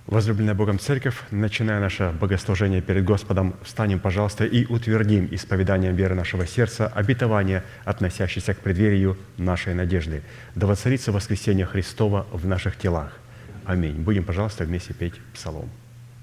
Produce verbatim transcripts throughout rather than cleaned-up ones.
Возлюбленная Богом Церковь, начиная наше богослужение перед Господом, встанем, пожалуйста, и утвердим исповеданием веры нашего сердца обетование, относящееся к преддверию нашей надежды. Да воцарится воскресение Христова в наших телах. Аминь. Будем, пожалуйста, вместе петь псалом.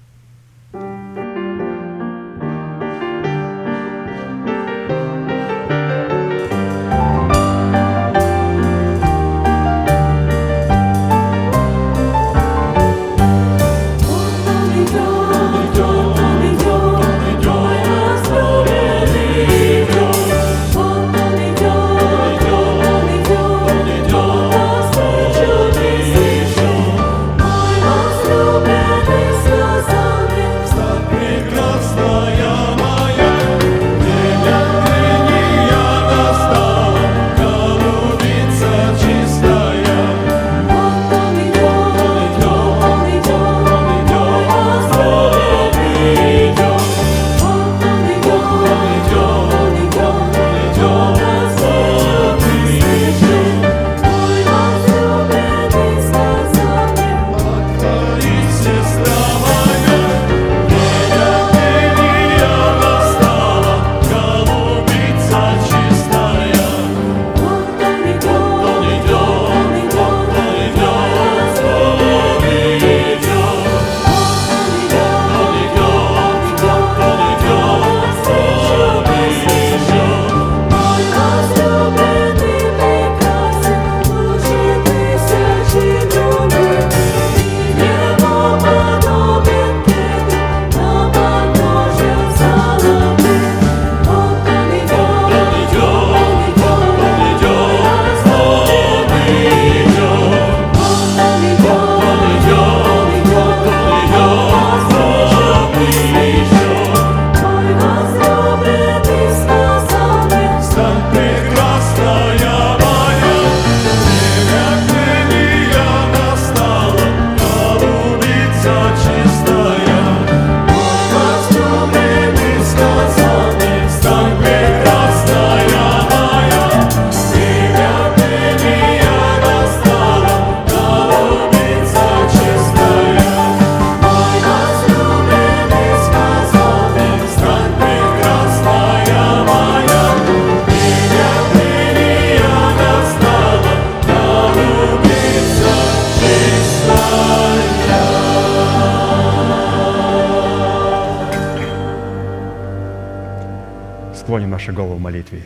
Склоним наши головы в молитве.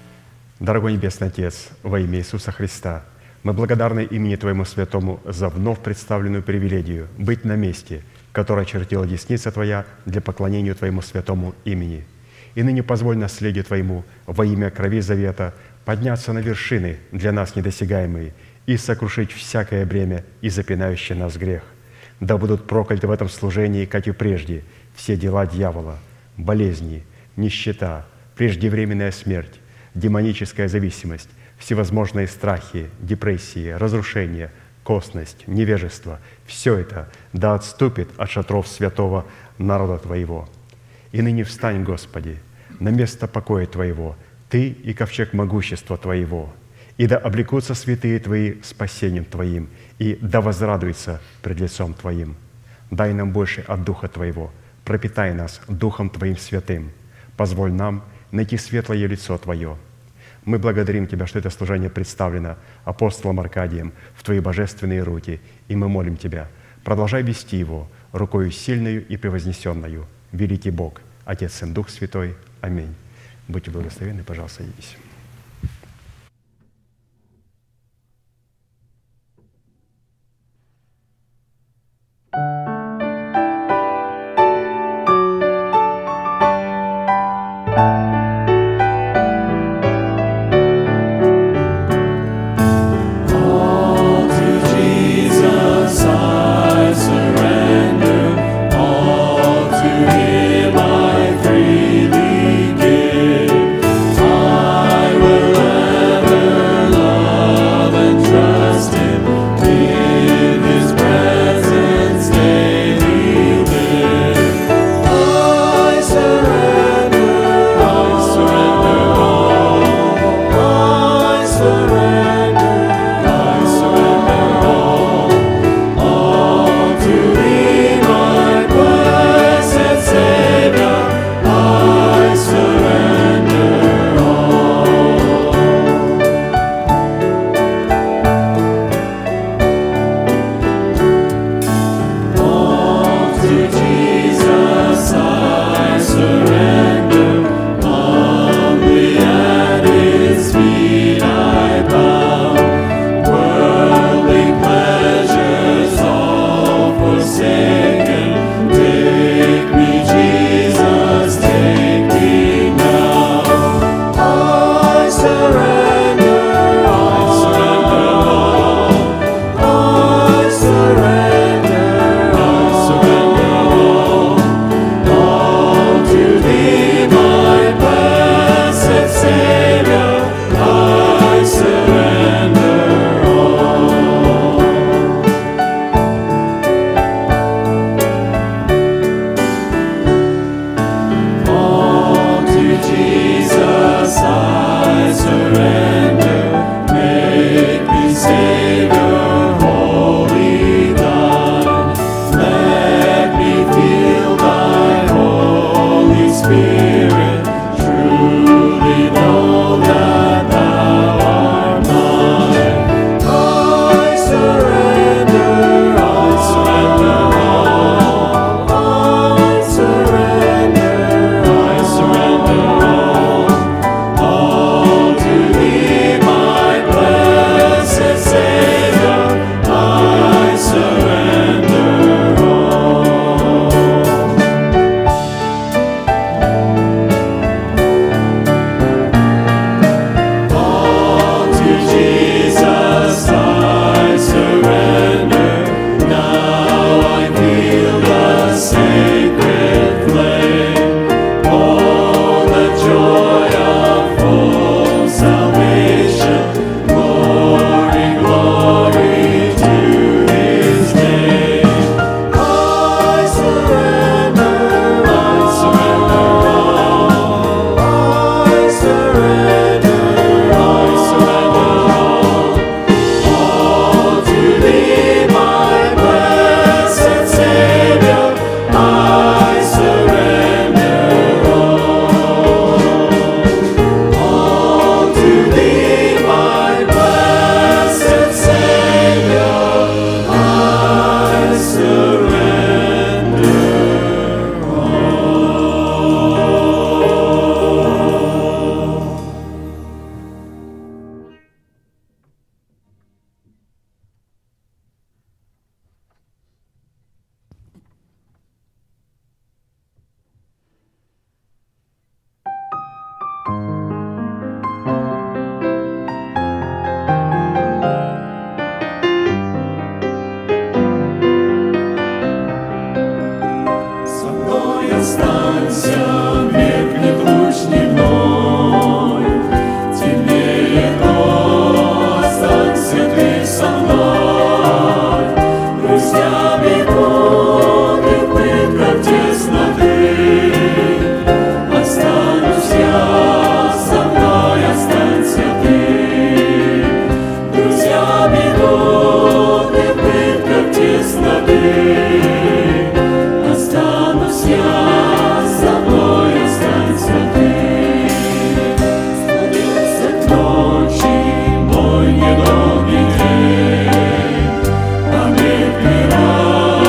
Дорогой Небесный Отец, во имя Иисуса Христа, мы благодарны имени Твоему Святому за вновь представленную привилегию быть на месте, которое очертила десница Твоя для поклонения Твоему Святому имени. И ныне позволь наследию Твоему во имя крови завета подняться на вершины для нас недосягаемые и сокрушить всякое бремя и запинающий нас грех. Да будут прокляты в этом служении, как и прежде, все дела дьявола, болезни, нищета, преждевременная смерть, демоническая зависимость, всевозможные страхи, депрессии, разрушения, косность, невежество – все это да отступит от шатров святого народа Твоего. И ныне встань, Господи, на место покоя Твоего, Ты и ковчег могущества Твоего, и да облекутся святые Твои спасением Твоим, и да возрадуются пред лицом Твоим. Дай нам больше от Духа Твоего, пропитай нас Духом Твоим святым, позволь нам найти светлое лицо Твое. Мы благодарим Тебя, что это служение представлено апостолом Аркадием в Твои божественные руки, и мы молим Тебя, продолжай вести его рукою сильною и превознесенною. Великий Бог, Отец, Сын, Дух Святой. Аминь. Будьте благословенны, пожалуйста, садитесь. Him I freely give. I Ночи, мой недолгий день, а мир мира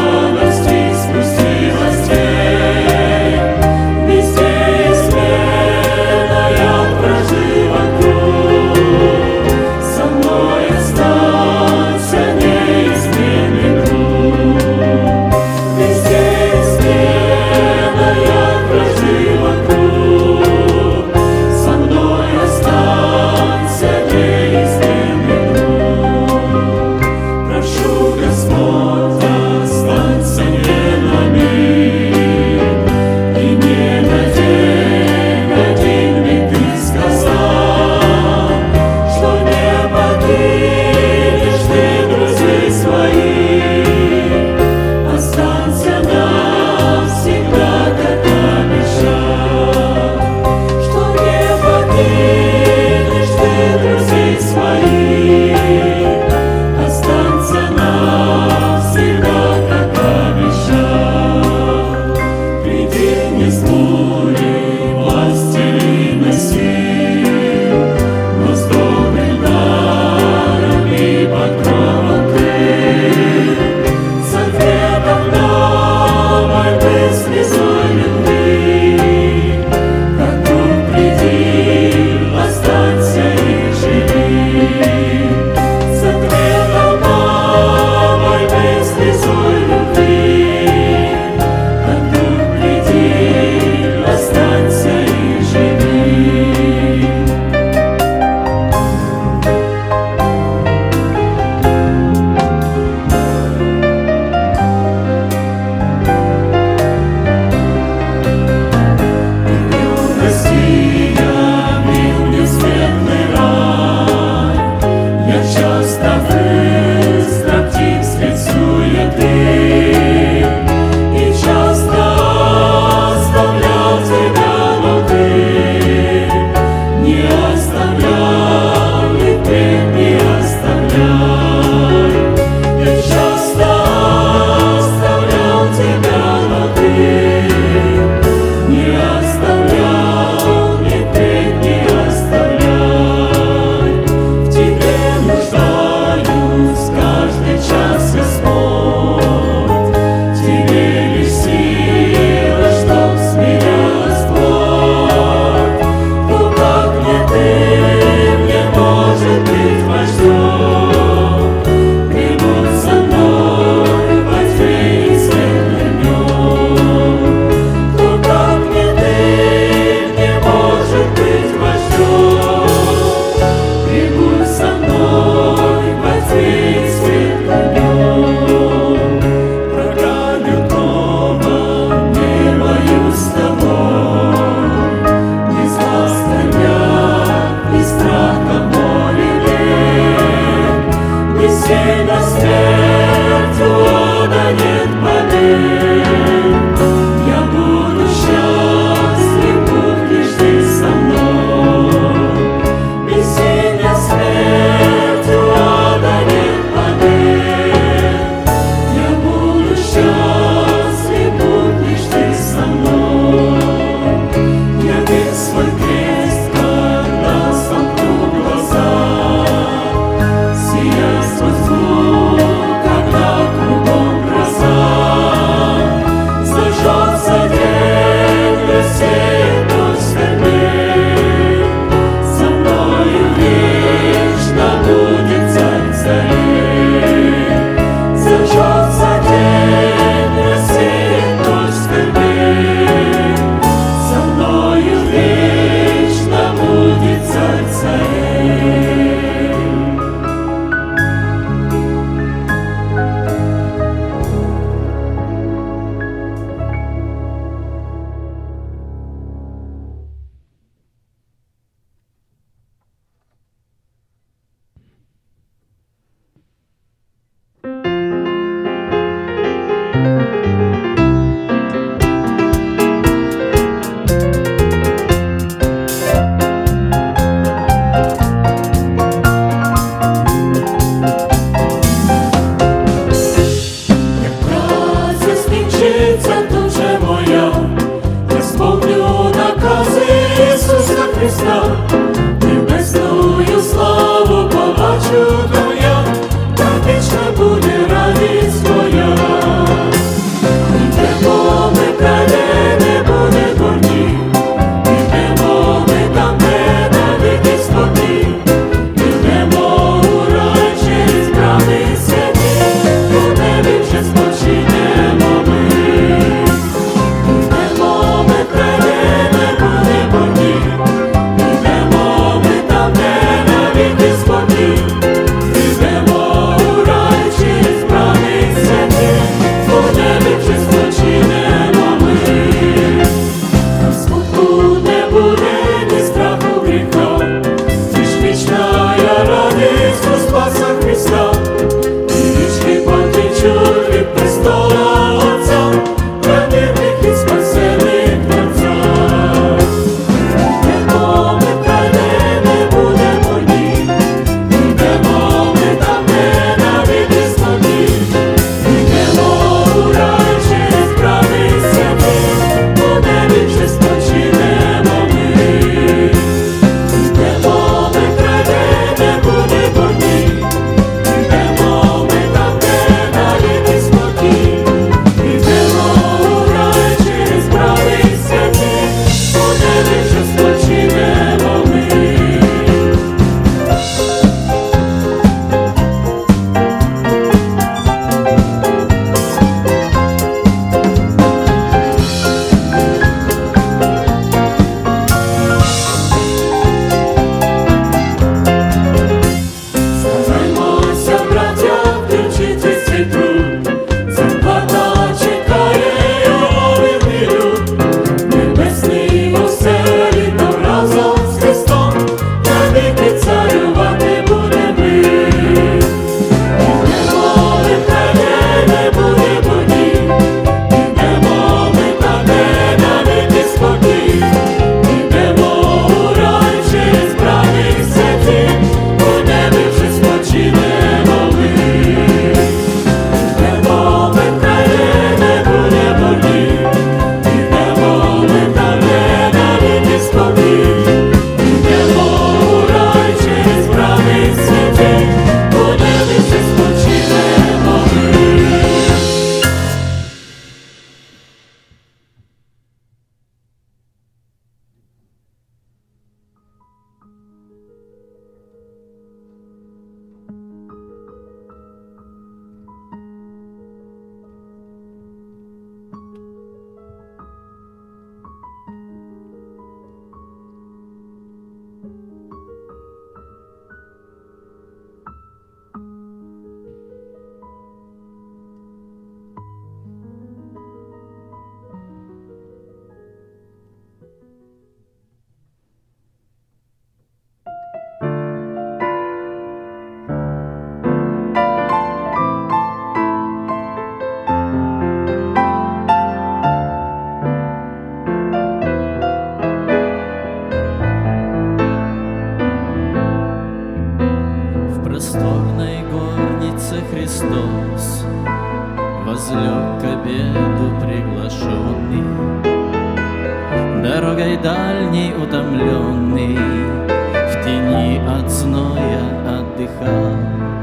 возлег к обеду приглашенный, дорогой дальней утомленный, в тени от зноя отдыхал.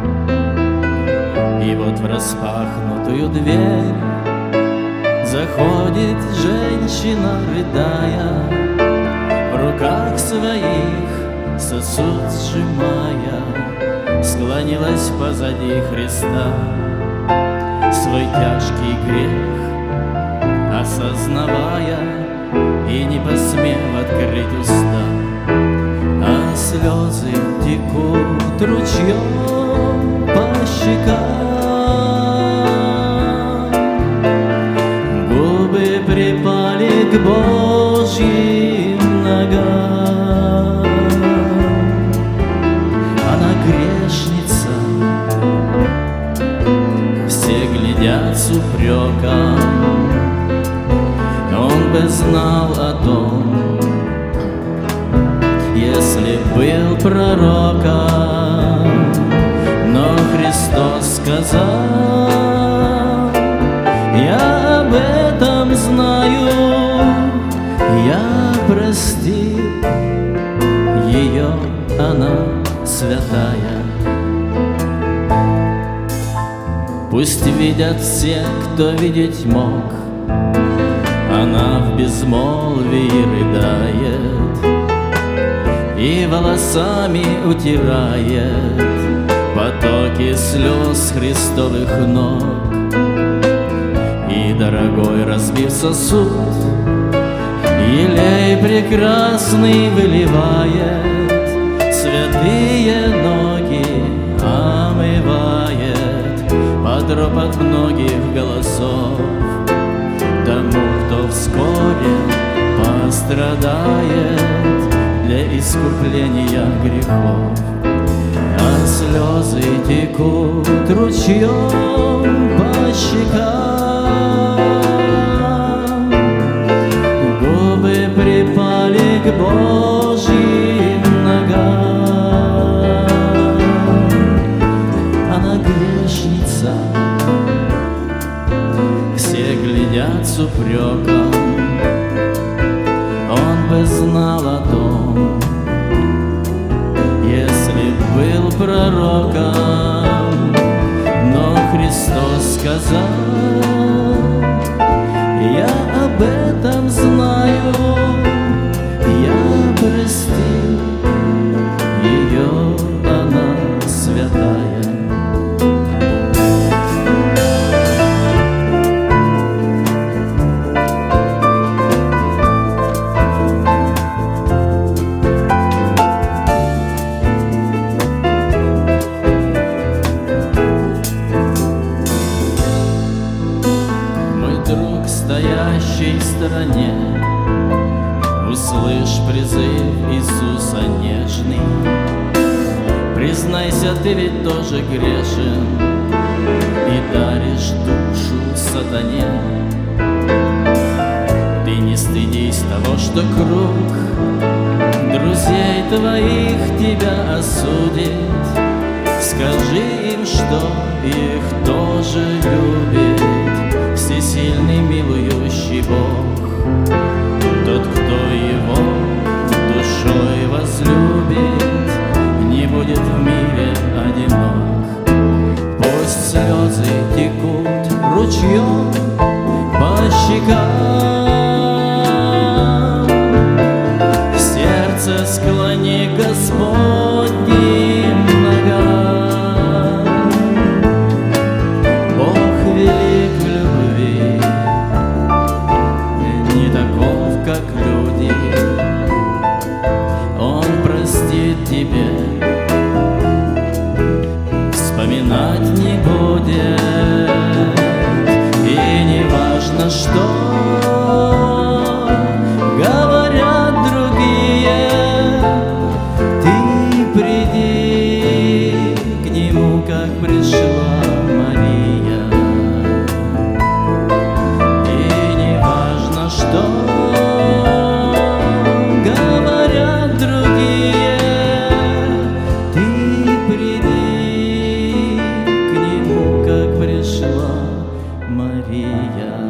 И вот в распахнутую дверь заходит женщина, рыдая, в руках своих сосуд сжимая, склонилась позади Христа, свой тяжкий грех осознавая и не посмев открыть уста, а слезы текут ручьем по щекам. Губы припали к Божьим ногам. Она грешница, все глядят с упреком. Он бы знал о том, если был пророком, но Христос сказал: я об этом знаю, я простил ее, она святая. Пусть видят все, кто видеть мог, она в безмолвии рыдает и волосами утирает потоки слез Христовых ног. И дорогой разбив сосуд, елей прекрасный выливает, святые ноги омывает под ропот многих голосов тому, кто вскоре пострадает для искупления грехов. А слезы текут ручьем по щекам. Губы припали к Божьим ногам. Она грешница, все глядят с упреком. Он бы знал о том, если б был пророком, но Христос сказал: я об этом знаю, я простил ее, она святая. Стоящей в стороне, услышь призыв Иисуса нежный. Признайся, ты ведь тоже грешен и даришь душу сатане. Ты не стыдись того, что круг друзей твоих тебя осудит. Скажи им, что их тоже любит всесильный милующий Бог, тот, кто его душой возлюбит, не будет в мире одинок. Пусть слезы текут ручьем по щекам. Сердце склони к Господним ногам. Бог велик в любви, не таков, как люди. Он простит тебе, вспоминать не будет. И не важно, что Мария.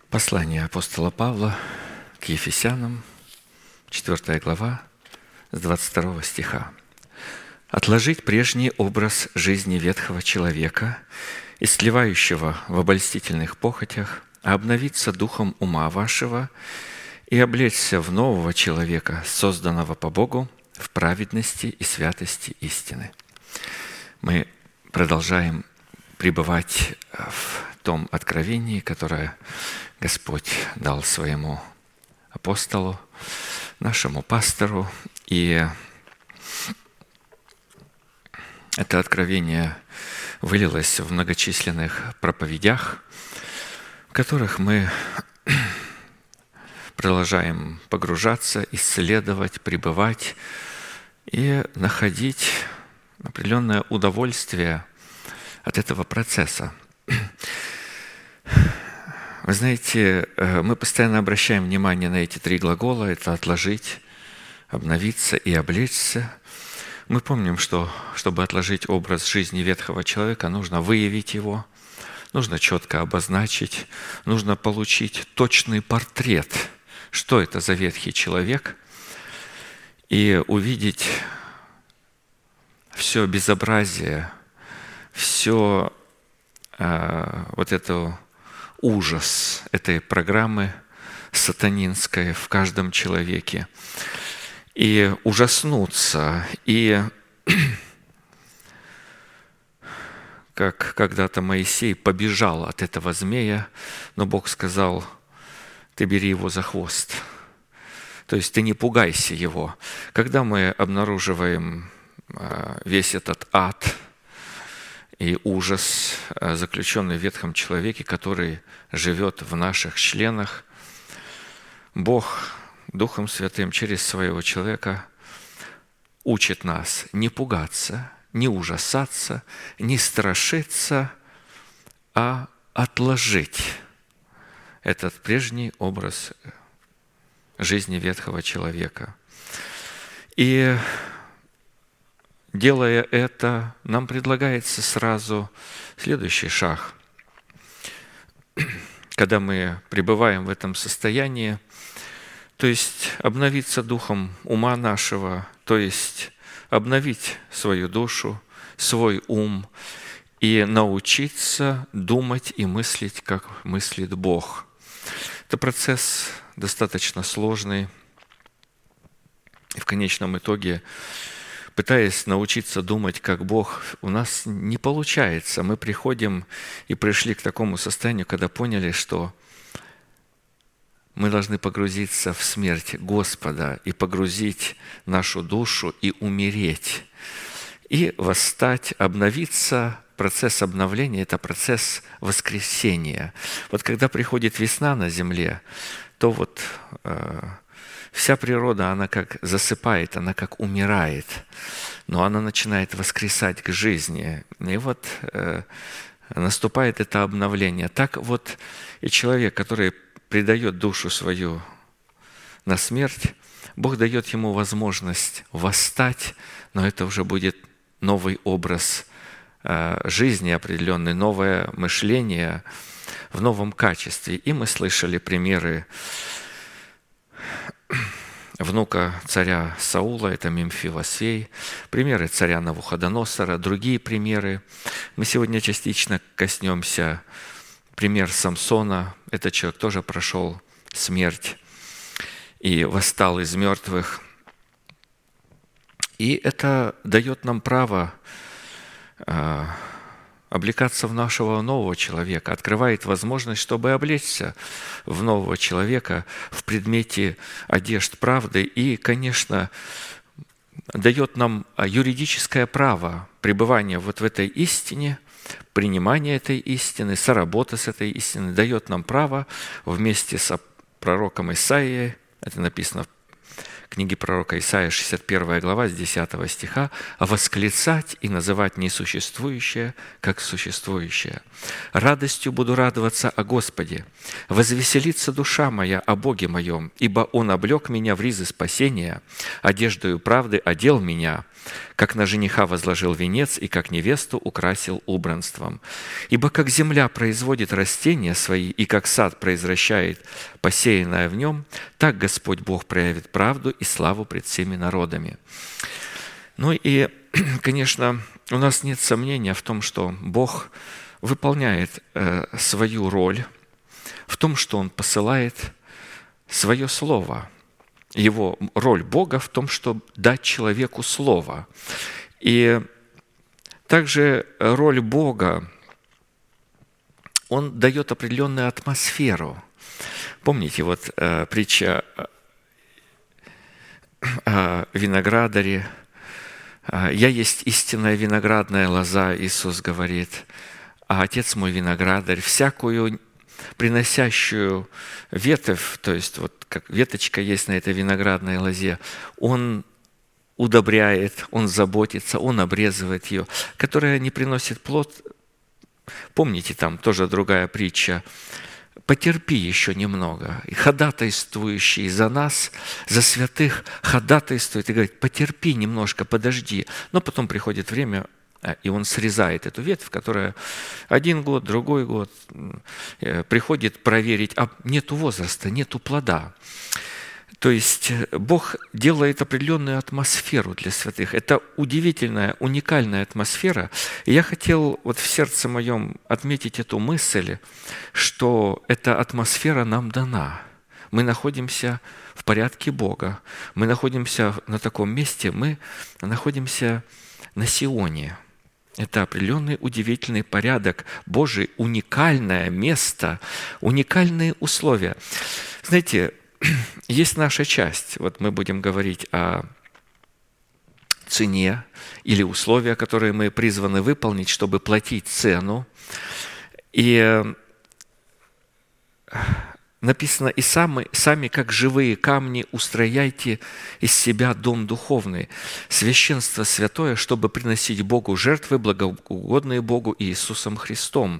Послание апостола Павла к Ефесянам, четвёртая глава, с двадцать второго стиха. «Отложить прежний образ жизни ветхого человека, истлевающего в обольстительных похотях, а обновиться духом ума вашего и облечься в нового человека, созданного по Богу в праведности и святости истины». Мы продолжаем пребывать в том откровении, которое Господь дал своему апостолу, нашему пастору. И это откровение вылилось в многочисленных проповедях, в которых мы продолжаем погружаться, исследовать, пребывать и находить определенное удовольствие от этого процесса. Вы знаете, мы постоянно обращаем внимание на эти три глагола. Это «отложить», «обновиться» и «облечься». Мы помним, что чтобы отложить образ жизни ветхого человека, нужно выявить его, нужно четко обозначить, нужно получить точный портрет, что это за ветхий человек, и увидеть все безобразие, все э, вот это ужас этой программы сатанинской в каждом человеке, и ужаснуться, и как когда-то Моисей побежал от этого змея, но Бог сказал: ты бери его за хвост. То есть ты не пугайся его. Когда мы обнаруживаем весь этот ад и ужас, заключенный в ветхом человеке, который живет в наших членах, Бог Духом Святым через своего человека учит нас не пугаться, не ужасаться, не страшиться, а отложить этот прежний образ жизни ветхого человека. И делая это, нам предлагается сразу следующий шаг. Когда мы пребываем в этом состоянии, то есть обновиться духом ума нашего, то есть обновить свою душу, свой ум и научиться думать и мыслить, как мыслит Бог. Это процесс достаточно сложный. И в конечном итоге, пытаясь научиться думать как Бог, у нас не получается. Мы приходим и пришли к такому состоянию, когда поняли, что мы должны погрузиться в смерть Господа и погрузить нашу душу и умереть, и восстать, обновиться. Процесс обновления – это процесс воскресения. Вот когда приходит весна на земле, то вот э, вся природа, она как засыпает, она как умирает, но она начинает воскресать к жизни. И вот э, наступает это обновление. Так вот и человек, который предает душу свою на смерть, Бог дает ему возможность восстать, но это уже будет новый образ жизни определенный, новое мышление в новом качестве. И мы слышали примеры внука царя Саула, это Мемфивосей, примеры царя Навуходоносора, другие примеры. Мы сегодня частично коснемся пример Самсона. Этот человек тоже прошел смерть и восстал из мертвых. И это дает нам право облекаться в нашего нового человека, открывает возможность, чтобы облечься в нового человека в предмете одежд правды и, конечно, дает нам юридическое право пребывания вот в этой истине, принимания этой истины, соработа с этой истиной, дает нам право вместе с пророком Исаией, это написано в книги пророка Исаия, шестьдесят первая глава, с десятого стиха, «Восклицать и называть несуществующее, как существующее. Радостью буду радоваться о Господе. Возвеселится душа моя о Боге моем, ибо Он облек меня в ризы спасения, одеждою правды одел меня, как на жениха возложил венец и как невесту украсил убранством. Ибо как земля производит растения свои, и как сад произвращает посеянное в нем, так Господь Бог проявит правду и славу пред всеми народами». Ну и, конечно, у нас нет сомнения в том, что Бог выполняет свою роль, в том, что Он посылает свое Слово. Его роль Бога в том, чтобы дать человеку Слово. И также роль Бога, Он дает определенную атмосферу. Помните, вот э, притча о виноградаре. «Я есть истинная виноградная лоза», Иисус говорит, «а Отец мой виноградарь, всякую приносящую ветвь», то есть вот как веточка есть на этой виноградной лозе, Он удобряет, Он заботится, Он обрезывает ее, которая не приносит плод. Помните, там тоже другая притча: «Потерпи еще немного». И ходатайствующий за нас, за святых, ходатайствует и говорит: потерпи немножко, подожди. Но потом приходит время, и он срезает эту ветвь, которая один год, другой год приходит проверить, а нету возраста, нету плода. То есть Бог делает определенную атмосферу для святых. Это удивительная, уникальная атмосфера. И я хотел вот в сердце моем отметить эту мысль, что эта атмосфера нам дана. Мы находимся в порядке Бога. Мы находимся на таком месте, мы находимся на Сионе. Это определенный удивительный порядок Божий, уникальное место, уникальные условия. Знаете, есть наша часть. Вот мы будем говорить о цене или условия, которые мы призваны выполнить, чтобы платить цену. И написано: «И сами, сами, как живые камни, устрояйте из себя дом духовный, священство святое, чтобы приносить Богу жертвы, благоугодные Богу и Иисусом Христом».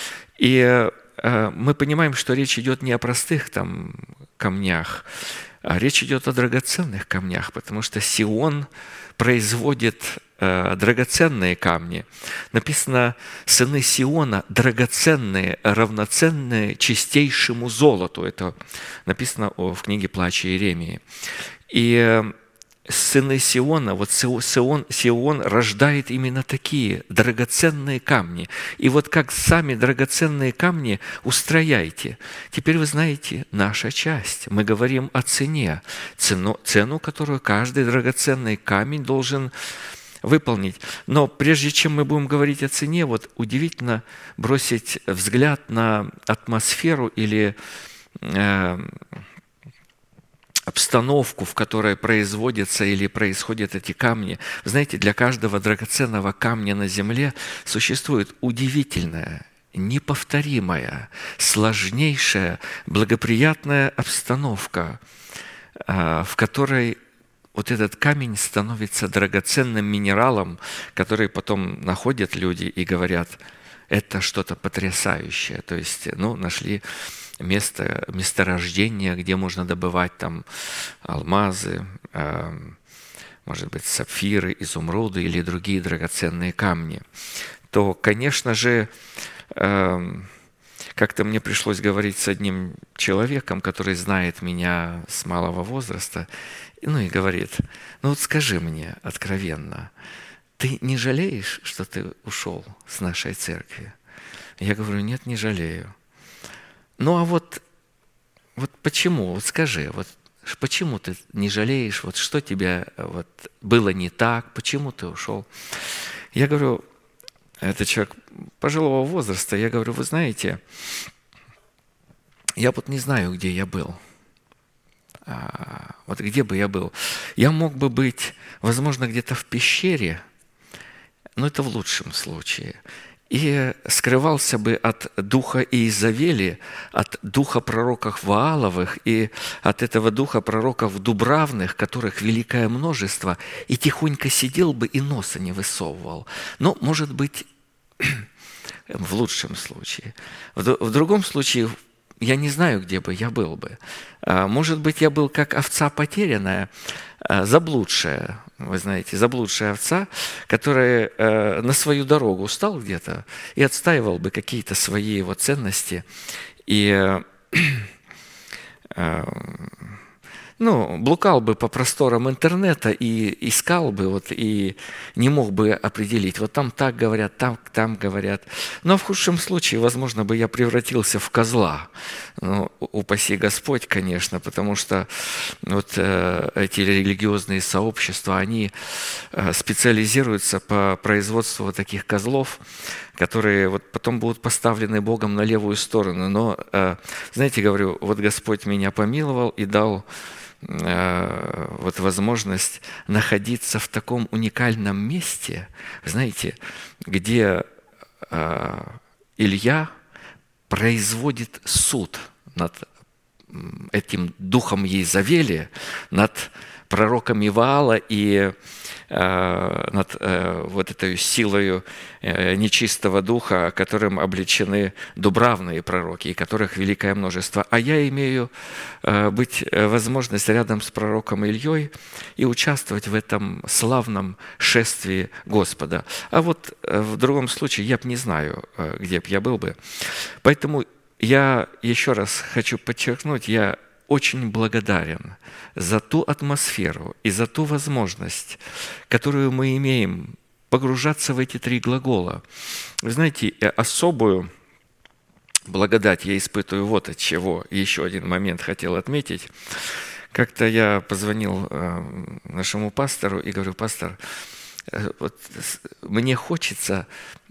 И мы понимаем, что речь идет не о простых там камнях, а речь идет о драгоценных камнях, потому что Сион производит э, драгоценные камни. Написано: «Сыны Сиона драгоценные, равноценные чистейшему золоту». Это написано в книге «Плача Иеремии». И сыны Сиона, вот Сион, Сион рождает именно такие драгоценные камни. И вот как сами драгоценные камни устрояйте. Теперь вы знаете, наша часть. Мы говорим о цене. Цену, цену, которую каждый драгоценный камень должен выполнить. Но прежде чем мы будем говорить о цене, вот удивительно бросить взгляд на атмосферу или э, обстановку, в которой производятся или происходят эти камни. Вы знаете, для каждого драгоценного камня на земле существует удивительная, неповторимая, сложнейшая, благоприятная обстановка, в которой вот этот камень становится драгоценным минералом, который потом находят люди и говорят: это что-то потрясающее. То есть, ну, нашли место, месторождение, где можно добывать там алмазы, э, может быть, сапфиры, изумруды или другие драгоценные камни, то, конечно же, э, как-то мне пришлось говорить с одним человеком, который знает меня с малого возраста, ну и говорит: ну вот скажи мне откровенно, ты не жалеешь, что ты ушел с нашей церкви? Я говорю: нет, не жалею. Ну а вот, вот почему? Вот скажи, вот почему ты не жалеешь? Вот что тебя вот было не так? Почему ты ушел? Я говорю, это человек пожилого возраста, я говорю: вы знаете, я вот не знаю, где я был. А, вот где бы я был? Я мог бы быть, возможно, где-то в пещере, но это в лучшем случае. и скрывался бы от духа Иезавели, от духа пророков Вааловых и от этого духа пророков Дубравных, которых великое множество, и тихонько сидел бы и носа не высовывал. Но, может быть, в лучшем случае. В другом случае, я не знаю, где бы я был бы. Может быть, я был как овца потерянная, заблудшая, вы знаете, заблудшая овца, которая на свою дорогу устал где-то и отстаивал бы какие-то свои его ценности и ну, блукал бы по просторам интернета и искал бы, вот, и не мог бы определить, вот там так говорят, там, там говорят. Но в худшем случае, возможно, бы я превратился в козла. Ну, упаси Господь, конечно, потому что вот э, эти религиозные сообщества, они э, специализируются по производству вот таких козлов, которые вот потом будут поставлены Богом на левую сторону. Но, э, знаете, говорю, вот Господь меня помиловал и дал вот возможность находиться в таком уникальном месте, знаете, где Илья производит суд над этим духом Иезавели, над пророками Ваала и э, над э, вот этой силою э, нечистого духа, которым облечены дубравные пророки, и которых великое множество. А я имею э, быть э, возможность рядом с пророком Ильей и участвовать в этом славном шествии Господа. А вот э, в другом случае я бы не знаю, э, где бы я был бы. Поэтому я еще раз хочу подчеркнуть, я очень благодарен за ту атмосферу и за ту возможность, которую мы имеем погружаться в эти три глагола. Вы знаете, особую благодать я испытываю вот от чего. Еще один момент хотел отметить. Как-то я позвонил нашему пастору и говорю: пастор, вот мне хочется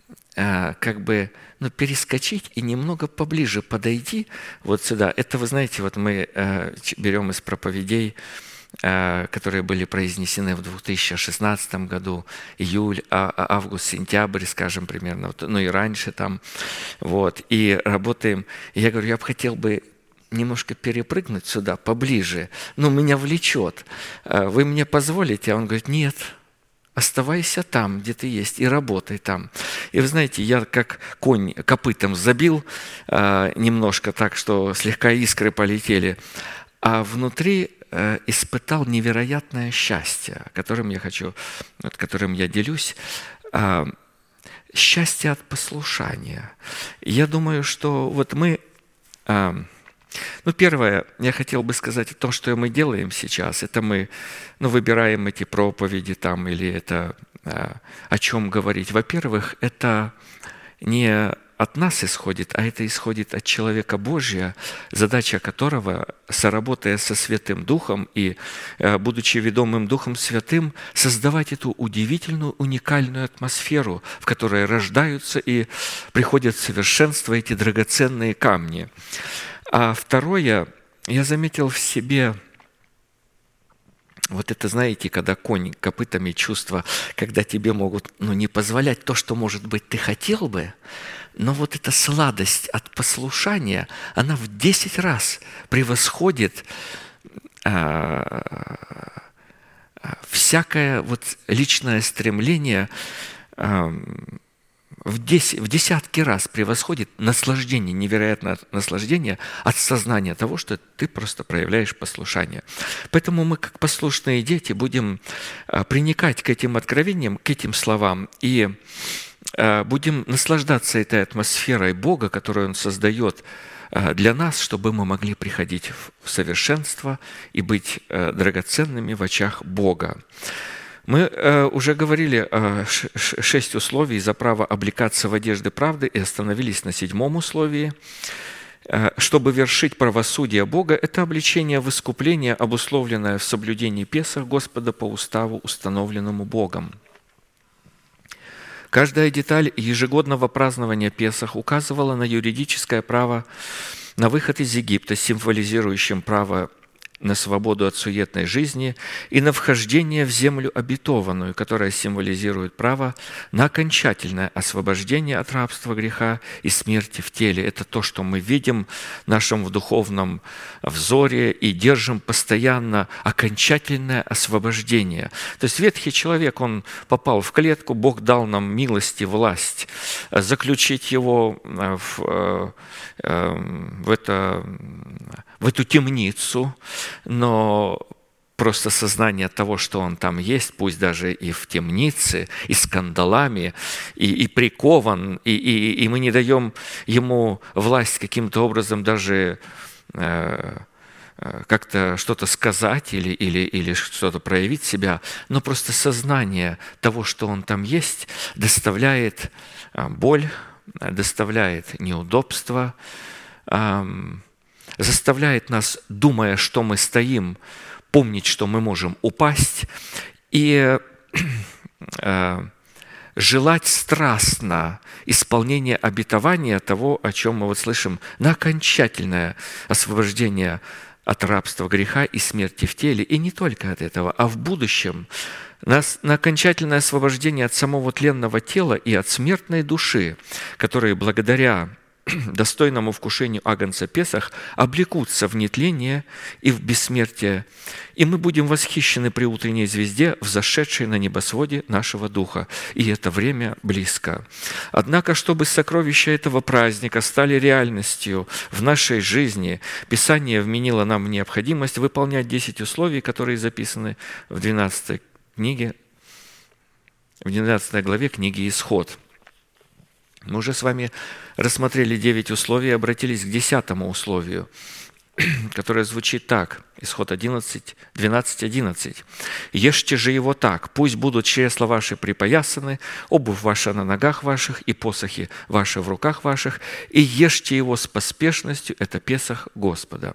как бы ну, перескочить и немного поближе подойти вот сюда. Это, вы знаете, вот мы э, берем из проповедей, э, которые были произнесены в две тысячи шестнадцатом году, июль, а, август, сентябрь, скажем, примерно, вот, ну и раньше там, вот, и работаем. И я говорю, я бы хотел бы немножко перепрыгнуть сюда, поближе, но меня влечет. Вы мне позволите? А он говорит, нет. Оставайся там, где ты есть, и работай там. И вы знаете, я как конь копытом забил э, немножко так, что слегка искры полетели, а внутри э, испытал невероятное счастье, которым я хочу, вот, которым я делюсь, э, счастье от послушания. Я думаю, что вот мы... Э, Ну, первое, я хотел бы сказать о том, что мы делаем сейчас. Это мы ну, выбираем эти проповеди там, или это э, о чем говорить. Во-первых, это не от нас исходит, а это исходит от человека Божия, задача которого, соработая со Святым Духом и э, будучи ведомым Духом Святым, создавать эту удивительную, уникальную атмосферу, в которой рождаются и приходят в совершенство эти драгоценные камни. А второе, я заметил в себе, вот это, знаете, когда конь копытами чувства, когда тебе могут ну, не позволять то, что, может быть, ты хотел бы, но вот эта сладость от послушания, она в десять раз превосходит а, всякое вот личное стремление, а, В, десять, в десятки раз превосходит наслаждение, невероятное наслаждение от сознания того, что ты просто проявляешь послушание. Поэтому мы, как послушные дети, будем приникать к этим откровениям, к этим словам, и будем наслаждаться этой атмосферой Бога, которую Он создает для нас, чтобы мы могли приходить в совершенство и быть драгоценными в очах Бога. Мы э, уже говорили э, шесть условий за право облекаться в одежды правды и остановились на седьмом условии. Э, чтобы вершить правосудие Бога, это облечение в искупление, обусловленное в соблюдении Песах Господа по уставу, установленному Богом. Каждая деталь ежегодного празднования Песах указывала на юридическое право на выход из Египта, символизирующим право на свободу от суетной жизни и на вхождение в землю обетованную, которая символизирует право на окончательное освобождение от рабства греха и смерти в теле. Это то, что мы видим в нашем духовном взоре и держим постоянно окончательное освобождение. То есть ветхий человек, он попал в клетку, Бог дал нам милость и власть заключить его в, в, это, в эту темницу, но просто сознание того, что он там есть, пусть даже и в темнице, и с кандалами, и, и прикован, и, и, и мы не даем ему власть каким-то образом даже э, как-то что-то сказать или, или, или что-то проявить себя, но просто сознание того, что он там есть, доставляет боль, доставляет неудобства, э, заставляет нас, думая, что мы стоим, помнить, что мы можем упасть, и э, желать страстно исполнения обетования того, о чем мы вот слышим, на окончательное освобождение от рабства греха и смерти в теле, и не только от этого, а в будущем на, на окончательное освобождение от самого тленного тела и от смертной души, которые благодаря достойному вкушению Агнца Песах облекутся в нетление и в бессмертие, и мы будем восхищены при утренней звезде, взошедшей на небосводе нашего духа, и это время близко. Однако, чтобы сокровища этого праздника стали реальностью в нашей жизни, Писание вменило нам необходимость выполнять десять условий, которые записаны в двенадцатой книге, в двенадцатой главе книги «Исход». Мы уже с вами рассмотрели девять условий и обратились к десятому условию, которое звучит так. Исход одиннадцать, двенадцать, одиннадцать. «Ешьте же его так, пусть будут чресла ваши припоясаны, обувь ваша на ногах ваших и посохи ваши в руках ваших, и ешьте его с поспешностью, это Песах Господа».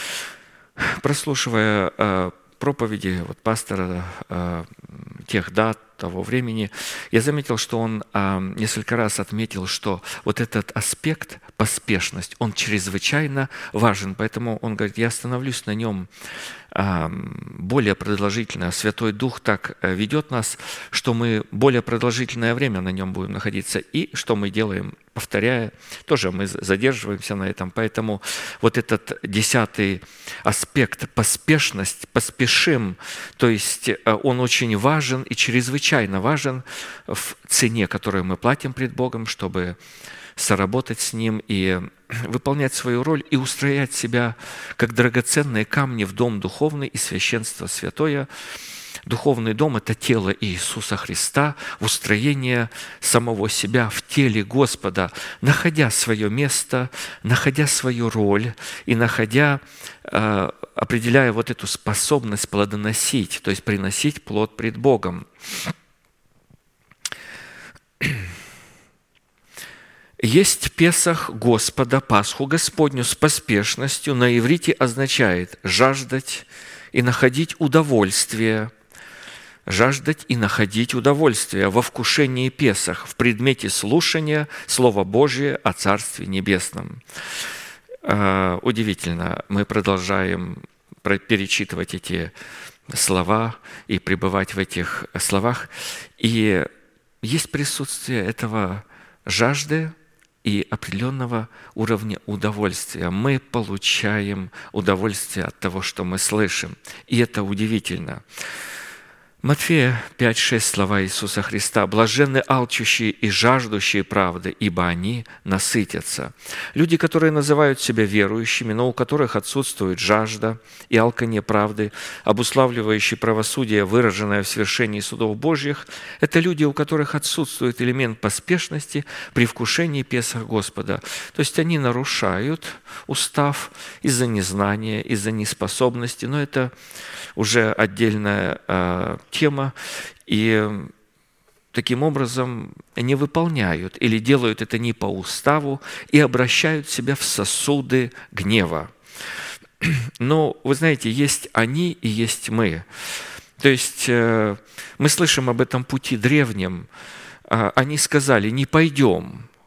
Прослушивая э, проповеди вот, пастора э, тех дат, того времени, я заметил, что он а, несколько раз отметил, что вот этот аспект, поспешность, он чрезвычайно важен. Поэтому он говорит, я остановлюсь на нем а, более продолжительно. Святой Дух так ведет нас, что мы более продолжительное время на нем будем находиться. И что мы делаем, повторяя, тоже мы задерживаемся на этом. Поэтому вот этот десятый аспект, поспешность, поспешим, то есть он очень важен и чрезвычайно важен в цене, которую мы платим пред Богом, чтобы соработать с Ним и выполнять свою роль и устроять себя как драгоценные камни в дом духовный и священство святое. Духовный дом – это тело Иисуса Христа, устроение самого себя в теле Господа, находя свое место, находя свою роль и находя, определяя вот эту способность плодоносить, то есть приносить плод пред Богом. Есть Песах Господа, Пасху Господню с поспешностью, на иврите означает жаждать и находить удовольствие, жаждать и находить удовольствие во вкушении Песах, в предмете слушания Слова Божия о Царстве Небесном. Удивительно, мы продолжаем перечитывать эти слова и пребывать в этих словах, и есть присутствие этого жажды и определенного уровня удовольствия. Мы получаем удовольствие от того, что мы слышим, и это удивительно. Матфея пять шесть слова Иисуса Христа. «Блаженны алчущие и жаждущие правды, ибо они насытятся». Люди, которые называют себя верующими, но у которых отсутствует жажда и алканье правды, обуславливающие правосудие, выраженное в свершении судов Божьих, это люди, у которых отсутствует элемент поспешности при вкушении Песах Господа. То есть они нарушают устав из-за незнания, из-за неспособности, но это уже отдельная э, тема, и таким образом не выполняют или делают это не по уставу и обращают себя в сосуды гнева. Но, вы знаете, есть они и есть мы. То есть мы слышим об этом пути древнем. Они сказали, не пойдем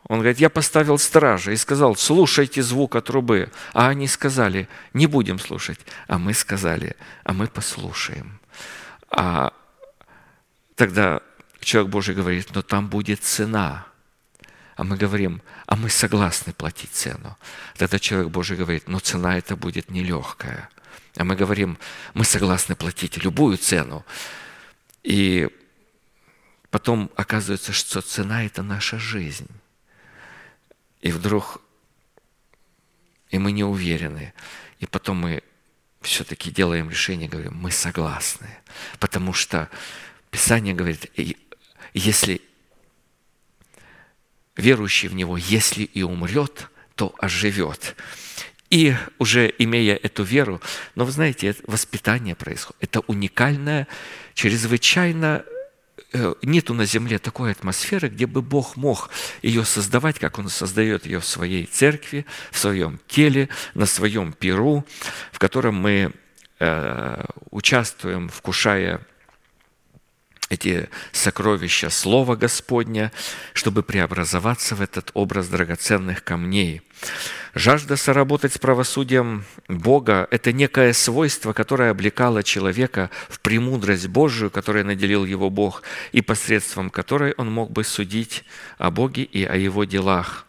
Он говорит, я поставил стража и сказал, слушайте звука трубы. А они сказали, не будем слушать. А мы сказали, а мы послушаем. А тогда человек Божий говорит, но там будет цена. А мы говорим, а мы согласны платить цену. Тогда человек Божий говорит, но цена эта будет нелегкая. А мы говорим, мы согласны платить любую цену. И потом оказывается, что цена – это наша жизнь. И вдруг, и мы не уверены. И потом мы все-таки делаем решение, говорим, мы согласны. Потому что Писание говорит, если верующий в Него, если и умрет, то оживет. И уже имея эту веру, но вы знаете, воспитание происходит. Это уникальное, чрезвычайно нету на земле такой атмосферы, где бы Бог мог ее создавать, как Он создает ее в своей церкви, в своем теле, на своем пиру, в котором мы э, участвуем, вкушая эти сокровища Слова Господня, чтобы преобразоваться в этот образ драгоценных камней. Жажда соработать с правосудием Бога – это некое свойство, которое облекало человека в премудрость Божию, которой наделил его Бог, и посредством которой он мог бы судить о Боге и о Его делах.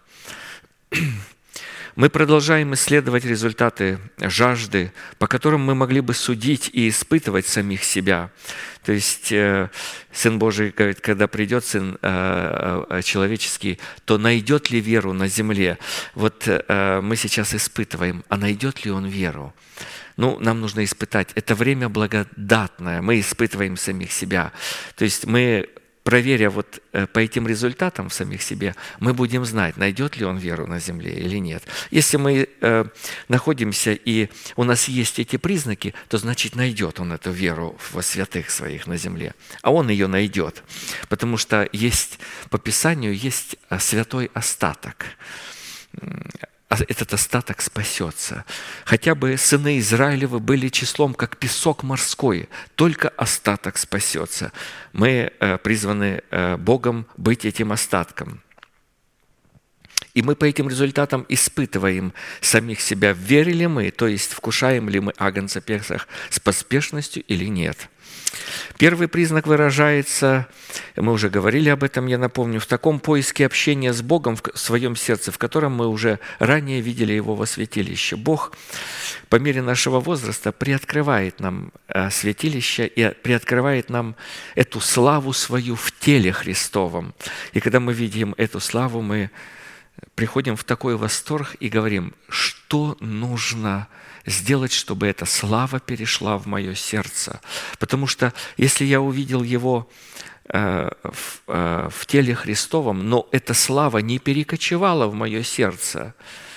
Мы продолжаем исследовать результаты жажды, по которым мы могли бы судить и испытывать самих себя. То есть Сын Божий говорит, когда придет Сын человеческий, то найдет ли веру на земле? Вот мы сейчас испытываем, а найдет ли Он веру? Ну, нам нужно испытать. Это время благодатное, мы испытываем самих себя. То есть мы, проверя вот по этим результатам в самих себе, мы будем знать, найдет ли он веру на земле или нет. Если мы э, находимся и у нас есть эти признаки, то значит найдет он эту веру во святых своих на земле. А он ее найдет, потому что есть по Писанию есть святой остаток. Этот остаток спасется. Хотя бы сыны Израилевы были числом, как песок морской, только остаток спасется. Мы призваны Богом быть этим остатком. И мы по этим результатам испытываем самих себя, верили мы, то есть вкушаем ли мы агнца Песах с поспешностью или нет. Первый признак выражается, мы уже говорили об этом, я напомню, в таком поиске общения с Богом в своем сердце, в котором мы уже ранее видели Его во святилище. Бог по мере нашего возраста приоткрывает нам святилище и приоткрывает нам эту славу свою в теле Христовом. И когда мы видим эту славу, мы приходим в такой восторг и говорим, что нужно сделать, чтобы эта слава перешла в мое сердце. Потому что если я увидел Его э, в, э, в теле Христовом, но эта слава не перекочевала в мое сердце,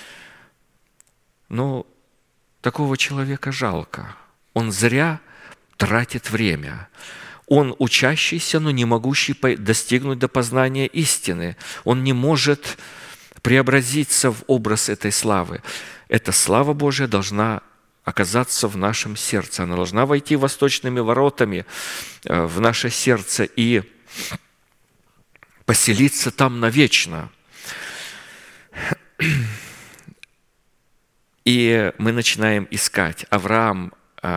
ну, такого человека жалко. Он зря тратит время. Он учащийся, но не могущий достигнуть до познания истины. Он не может преобразиться в образ этой славы. Эта слава Божия должна оказаться в нашем сердце. Она должна войти восточными воротами в наше сердце и поселиться там навечно. И мы начинаем искать. Авраам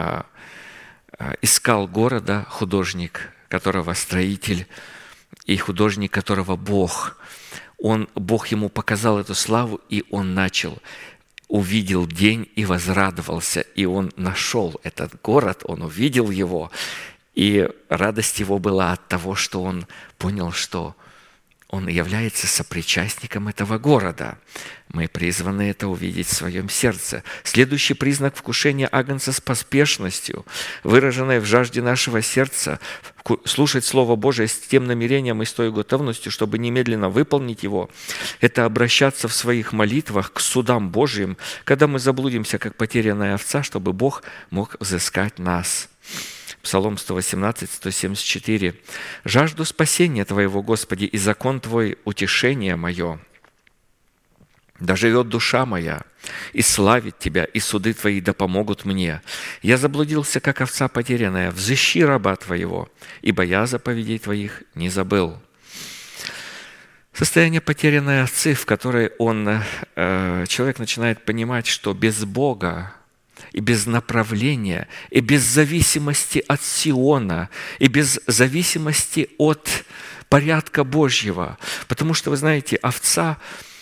искал города, художник, которого строитель, и художник, которого Бог. Он, Бог ему показал эту славу, и он начал, увидел день и возрадовался, и он нашел этот город, он увидел его, и радость его была от того, что он понял, что он является сопричастником этого города. Мы призваны это увидеть в своем сердце. Следующий признак вкушения агнца с поспешностью, выраженной в жажде нашего сердца, слушать Слово Божие с тем намерением и с той готовностью, чтобы немедленно выполнить его, это обращаться в своих молитвах к судам Божьим, когда мы заблудимся, как потерянная овца, чтобы Бог мог взыскать нас. Псалом сто восемнадцать, сто семьдесят четыре. «Жажду спасения Твоего, Господи, и закон Твой – утешение мое. Да живет душа моя, и славит Тебя, и суды Твои да помогут мне. Я заблудился, как овца потерянная, взыщи раба Твоего, ибо я заповедей Твоих не забыл». Состояние потерянной овцы, в которой он, э, человек начинает понимать, что без Бога и без направления, и без зависимости от Сиона, и без зависимости от порядка Божьего. Потому что, вы знаете, овца,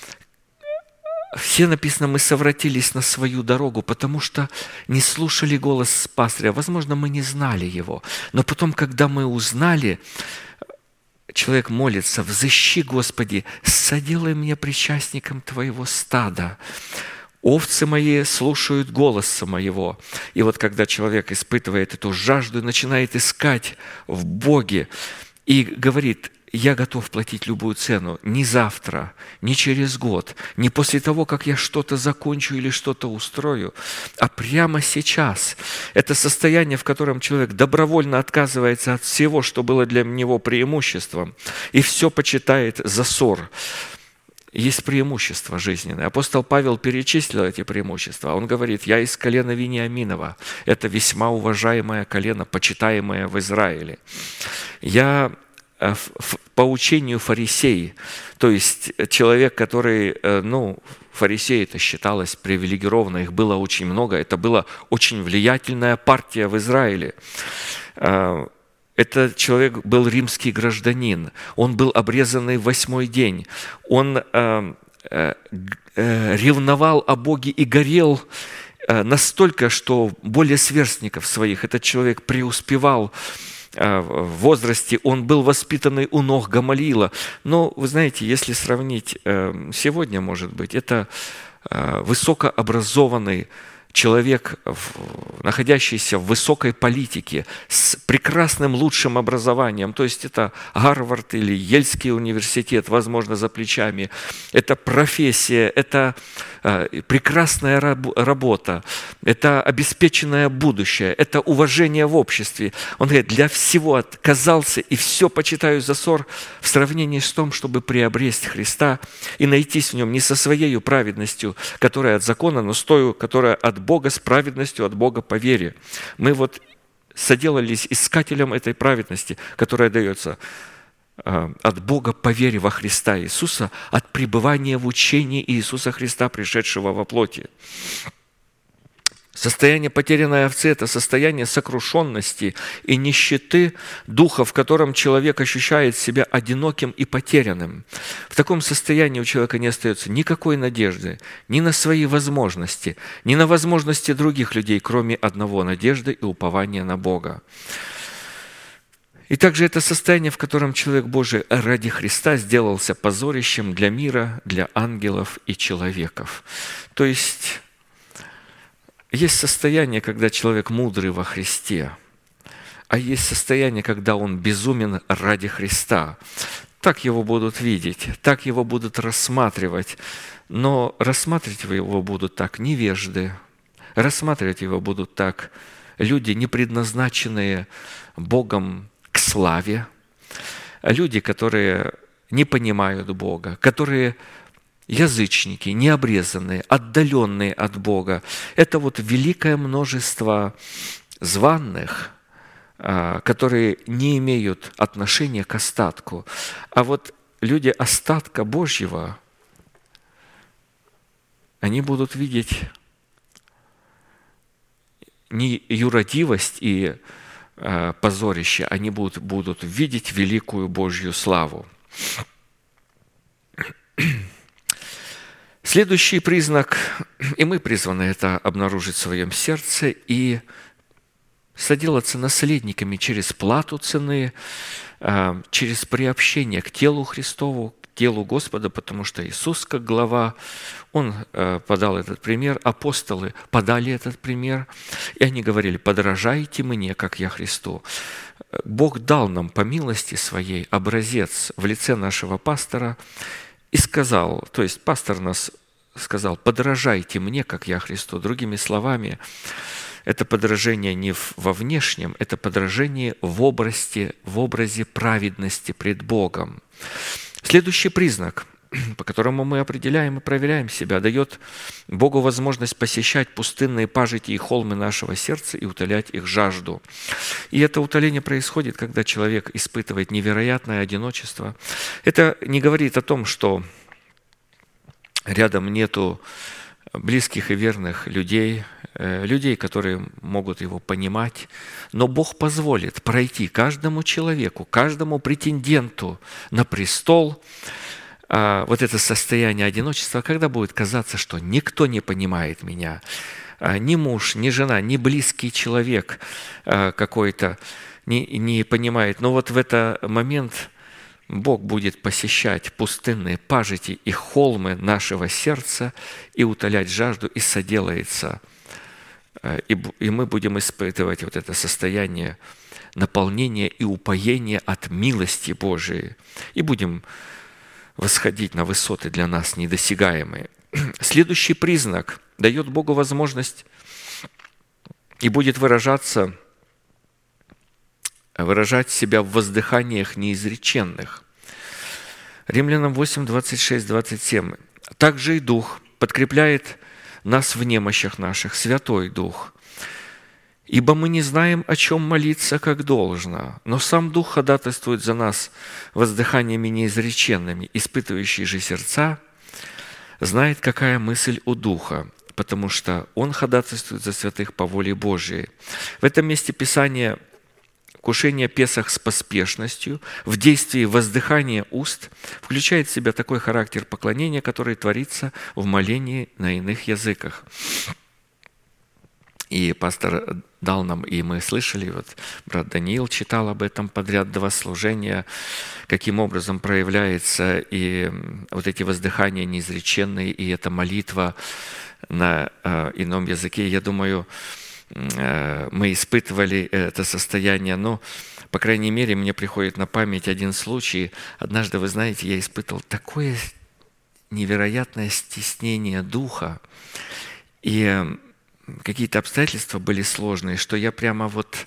все написано, мы совратились на свою дорогу, потому что не слушали голос пастыря. Возможно, мы не знали его. Но потом, когда мы узнали, человек молится: «Взыщи, Господи, соделай меня причастником Твоего стада. Овцы мои слушают голоса моего». И вот когда человек испытывает эту жажду, начинает искать в Боге и говорит: «Я готов платить любую цену, не завтра, не через год, не после того, как я что-то закончу или что-то устрою, а прямо сейчас». Это состояние, в котором человек добровольно отказывается от всего, что было для него преимуществом, и все почитает за ссор. Есть преимущества жизненные. Апостол Павел перечислил эти преимущества. Он говорит: «Я из колена Вениаминова». Это весьма уважаемое колено, почитаемое в Израиле. «Я по учению фарисей», то есть человек, который, ну, фарисеи это считалось привилегированно, их было очень много, это была очень влиятельная партия в Израиле. Этот человек был римский гражданин, он был обрезанный в восьмой день, он ревновал о Боге и горел настолько, что более сверстников своих этот человек преуспевал в возрасте, он был воспитанный у ног Гамалиила. Но, вы знаете, если сравнить сегодня, может быть, это высокообразованный человек, находящийся в высокой политике, с прекрасным лучшим образованием, то есть это Гарвард или Ельский университет, возможно, за плечами, это профессия, это прекрасная работа, это обеспеченное будущее, это уважение в обществе. Он говорит: для всего отказался и все почитаю за ссор в сравнении с тем, чтобы приобрести Христа и найтись в нем не со своей праведностью, которая от закона, но с той, которая от Бога, с праведностью от Бога по вере. Мы вот соделались искателем этой праведности, которая дается от Бога по вере во Христа Иисуса, от пребывания в учении Иисуса Христа, пришедшего во плоти. Состояние потерянной овцы – это состояние сокрушенности и нищеты духа, в котором человек ощущает себя одиноким и потерянным. В таком состоянии у человека не остается никакой надежды ни на свои возможности, ни на возможности других людей, кроме одного – надежды и упования на Бога. И также это состояние, в котором человек Божий ради Христа сделался позорищем для мира, для ангелов и человеков. То есть есть состояние, когда человек мудрый во Христе, а есть состояние, когда он безумен ради Христа. Так его будут видеть, так его будут рассматривать, но рассматривать его будут так невежды, рассматривать его будут так люди, не предназначенные Богом к славе, люди, которые не понимают Бога, которые язычники, необрезанные, отдаленные от Бога. Это вот великое множество званных, которые не имеют отношения к остатку. А вот люди остатка Божьего, они будут видеть не юродивость и позорище, они будут, будут видеть великую Божью славу. Следующий признак, и мы призваны это обнаружить в своем сердце и соделаться наследниками через плату цены, через приобщение к телу Христову, к телу Господа, потому что Иисус, как глава, Он подал этот пример, апостолы подали этот пример, и они говорили: «Подражайте мне, как я Христу». Бог дал нам по милости Своей образец в лице нашего пастора, и сказал, то есть пастор нас сказал: «Подражайте мне, как я Христу». Другими словами, это подражение не во внешнем, это подражение в образе, в образе праведности пред Богом. Следующий признак по которому мы определяем и проверяем себя, дает Богу возможность посещать пустынные пажити и холмы нашего сердца и утолять их жажду. И это утоление происходит, когда человек испытывает невероятное одиночество. Это не говорит о том, что рядом нету близких и верных людей, людей, которые могут его понимать, но Бог позволит пройти каждому человеку, каждому претенденту на престол вот это состояние одиночества, когда будет казаться, что никто не понимает меня, ни муж, ни жена, ни близкий человек какой-то не, не понимает. Но вот в этот момент Бог будет посещать пустынные пажити и холмы нашего сердца и утолять жажду, и соделается. И, и мы будем испытывать вот это состояние наполнения и упоения от милости Божией. И будем восходить на высоты для нас недосягаемые. Следующий признак дает Богу возможность и будет выражаться выражать себя в воздыханиях неизреченных. Римлянам восемь, двадцать шесть, двадцать семь. «Также и Дух подкрепляет нас в немощах наших, Святой Дух. Ибо мы не знаем, о чем молиться, как должно, но сам Дух ходатайствует за нас воздыханиями неизреченными, испытывающий же сердца, знает, какая мысль у Духа, потому что Он ходатайствует за святых по воле Божией». В этом месте Писания вкушение Песах с поспешностью, в действии воздыхания уст включает в себя такой характер поклонения, который творится в молении на иных языках. И пастор дал нам, и мы слышали, вот брат Даниил читал об этом подряд два служения, каким образом проявляется и вот эти воздыхания неизреченные, и эта молитва на ином языке. Я думаю, мы испытывали это состояние, но, по крайней мере, мне приходит на память один случай. Однажды, вы знаете, я испытывал такое невероятное стеснение духа, и какие-то обстоятельства были сложные, что я прямо вот,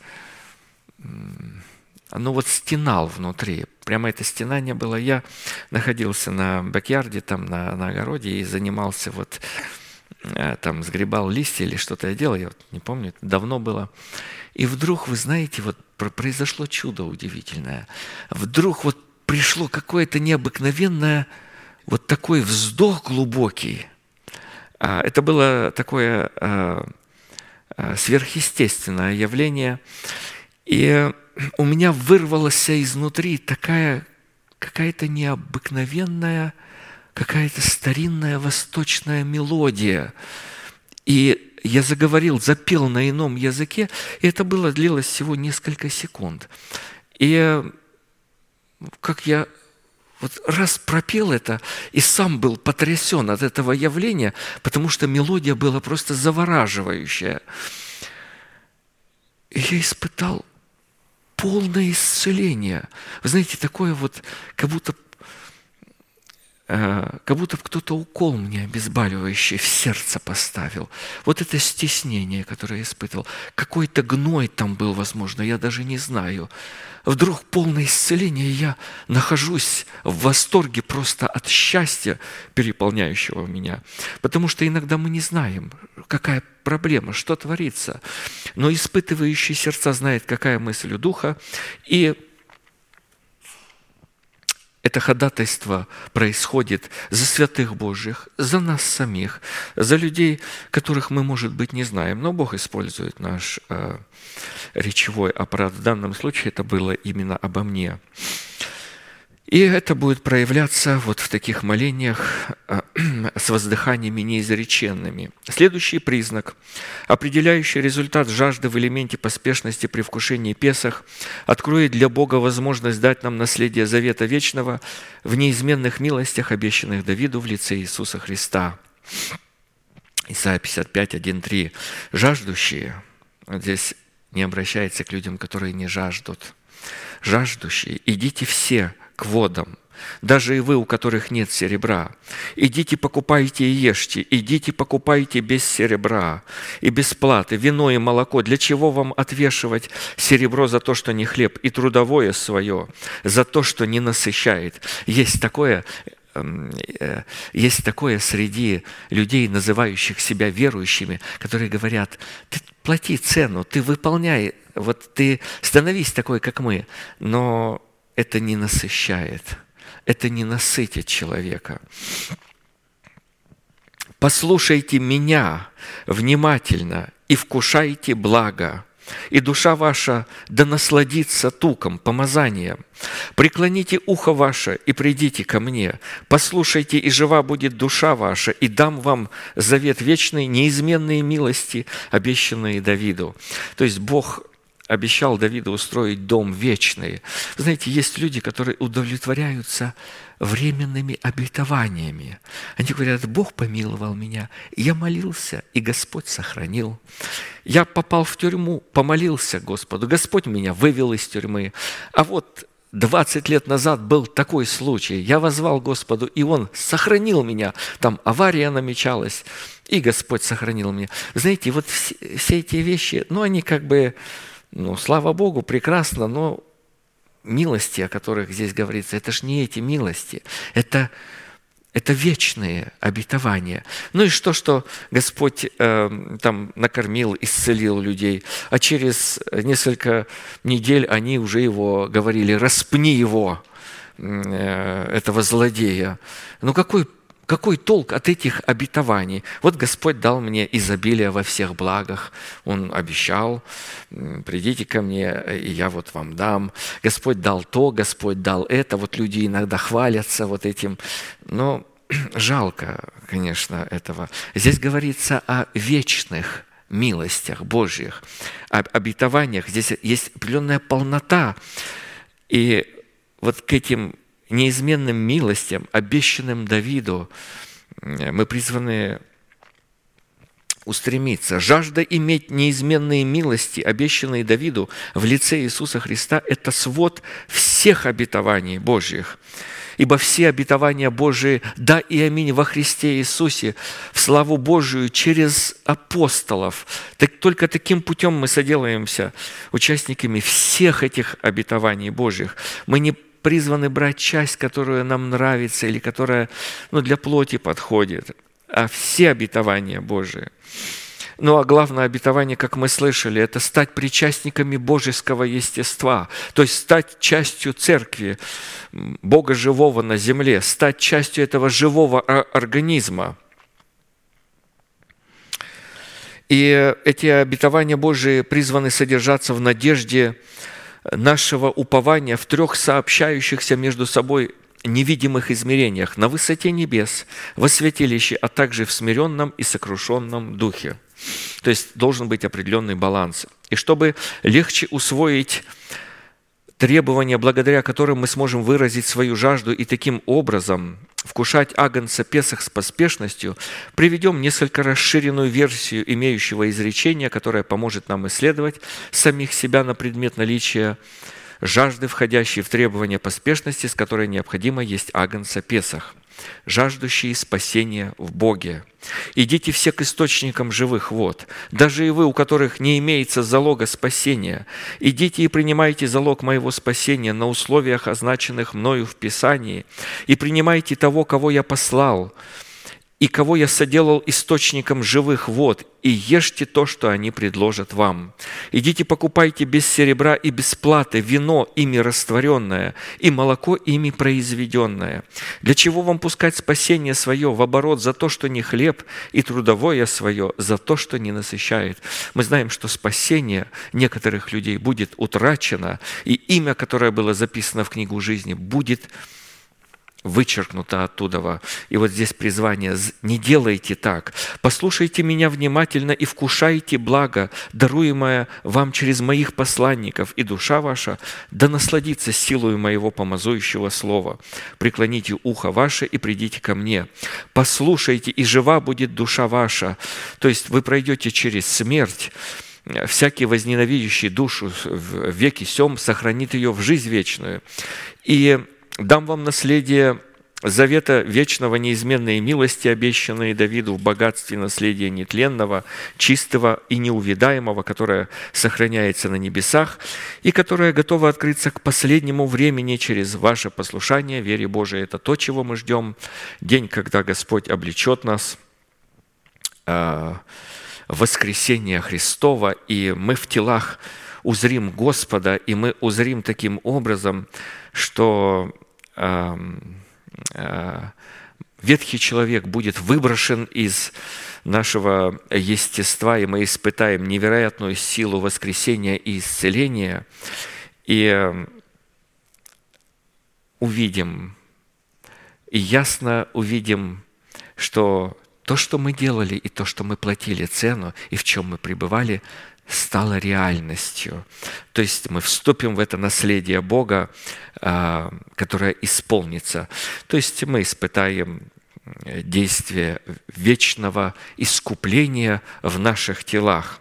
ну вот стенал внутри. Прямо это стенание было. Я находился на бэк-ярде, там на, на огороде, и занимался вот там сгребал листья или что-то я делал, я вот не помню, это давно было. И вдруг, вы знаете, вот произошло чудо удивительное. Вдруг вот пришло какое-то необыкновенное, вот такой вздох глубокий. Это было такое сверхъестественное явление. И у меня вырвалась изнутри такая какая-то необыкновенная, какая-то старинная восточная мелодия. И я заговорил, запел на ином языке, и это было, длилось всего несколько секунд. И как я вот раз пропел это, и сам был потрясен от этого явления, потому что мелодия была просто завораживающая. И я испытал полное исцеление. Вы знаете, такое вот, как будто как будто кто-то укол мне обезболивающий в сердце поставил. Вот это стеснение, которое я испытывал. Какой-то гной там был, возможно, я даже не знаю. Вдруг полное исцеление, и я нахожусь в восторге просто от счастья, переполняющего меня. Потому что иногда мы не знаем, какая проблема, что творится. Но испытывающий сердца знает, какая мысль у Духа, и это ходатайство происходит за святых Божьих, за нас самих, за людей, которых мы, может быть, не знаем. Но Бог использует наш э, речевой аппарат. В данном случае это было именно обо мне. И это будет проявляться вот в таких молениях э, с воздыханиями неизреченными. Следующий признак, определяющий результат жажды в элементе поспешности при вкушении Песах, откроет для Бога возможность дать нам наследие завета вечного в неизменных милостях, обещанных Давиду в лице Иисуса Христа. Исайя пятьдесят пять, один, три. Жаждущие, вот здесь не обращается к людям, которые не жаждут. Жаждущие, идите все к водам, даже и вы, у которых нет серебра. Идите, покупайте и ешьте, идите, покупайте без серебра и без платы, вино и молоко. Для чего вам отвешивать серебро за то, что не хлеб, и трудовое свое за то, что не насыщает? Есть такое есть такое среди людей, называющих себя верующими, которые говорят: ты плати цену, ты выполняй, вот ты становись такой, как мы. Но это не насыщает, это не насытит человека. Послушайте меня внимательно и вкушайте благо, и душа ваша да насладится туком, помазанием. Преклоните ухо ваше и придите ко мне. Послушайте, и жива будет душа ваша, и дам вам завет вечный, неизменные милости, обещанные Давиду». То есть Бог обещал Давиду устроить дом вечный. Знаете, есть люди, которые удовлетворяются временными обетованиями. Они говорят: Бог помиловал меня, я молился, и Господь сохранил. Я попал в тюрьму, помолился Господу, Господь меня вывел из тюрьмы. А вот двадцать лет назад был такой случай, я воззвал Господу, и Он сохранил меня. Там авария намечалась, и Господь сохранил меня. Знаете, вот все, все эти вещи, ну, они как бы, ну, слава Богу, прекрасно, но милости, о которых здесь говорится, это ж не эти милости, это, это вечные обетования. Ну и что, что Господь э, там накормил, исцелил людей, а через несколько недель они уже его говорили: распни его, э, этого злодея. Ну какой Какой толк от этих обетований? Вот Господь дал мне изобилие во всех благах. Он обещал: придите ко мне, и я вот вам дам. Господь дал то, Господь дал это. Вот люди иногда хвалятся вот этим. Но жалко, конечно, этого. Здесь говорится о вечных милостях Божьих, об обетованиях. Здесь есть определенная полнота. И вот к этим неизменным милостям, обещанным Давиду, мы призваны устремиться. Жажда иметь неизменные милости, обещанные Давиду в лице Иисуса Христа, это свод всех обетований Божьих. Ибо все обетования Божии, да и аминь, во Христе Иисусе, в славу Божию через апостолов. Так, только таким путем мы соделаемся участниками всех этих обетований Божьих. Мы не призваны брать часть, которая нам нравится или которая, ну, для плоти подходит, а все обетования Божии. Ну а главное обетование, как мы слышали, это стать причастниками божеского естества, то есть стать частью церкви, Бога живого на земле, стать частью этого живого организма. И эти обетования Божии призваны содержаться в надежде нашего упования в трех сообщающихся между собой невидимых измерениях: на высоте небес, во святилище, а также в смиренном и сокрушенном духе. То есть должен быть определенный баланс. И чтобы легче усвоить требования, благодаря которым мы сможем выразить свою жажду и таким образом вкушать агнца Песах с поспешностью, приведем несколько расширенную версию имеющего изречения, которое поможет нам исследовать самих себя на предмет наличия жажды, входящей в требования поспешности, с которой необходимо есть агнца Песах. Жаждущие спасения в Боге. Идите все к источникам живых вод, даже и вы, у которых не имеется залога спасения. Идите и принимайте залог моего спасения на условиях, означенных мною в Писании, и принимайте того, кого я послал, и кого я соделал источником живых вод, и ешьте то, что они предложат вам. Идите, покупайте без серебра и без платы вино, ими растворенное, и молоко, ими произведенное. Для чего вам пускать спасение свое в оборот за то, что не хлеб, и трудовое свое за то, что не насыщает? Мы знаем, что спасение некоторых людей будет утрачено, и имя, которое было записано в книгу жизни, будет вычеркнуто оттуда. И вот здесь призвание: не делайте так. Послушайте меня внимательно и вкушайте благо, даруемое вам через моих посланников, и душа ваша да насладится силою моего помазующего слова. Преклоните ухо ваше и придите ко мне. Послушайте, и жива будет душа ваша. То есть вы пройдете через смерть. Всякий возненавидящий душу в веки сем сохранит ее в жизнь вечную. И дам вам наследие завета вечного, неизменной милости, обещанной Давиду в богатстве наследия нетленного, чистого и неувидаемого, которое сохраняется на небесах и которое готово открыться к последнему времени через ваше послушание, вере Божией. Это то, чего мы ждем. День, когда Господь облечет нас в воскресение Христова, и мы в телах узрим Господа, и мы узрим таким образом, что ветхий человек будет выброшен из нашего естества, и мы испытаем невероятную силу воскресения и исцеления, и увидим, и ясно увидим, что то, что мы делали, и то, что мы платили цену, и в чем мы пребывали, стало реальностью. То есть мы вступим в это наследие Бога, которое исполнится. То есть мы испытаем действие вечного искупления в наших телах.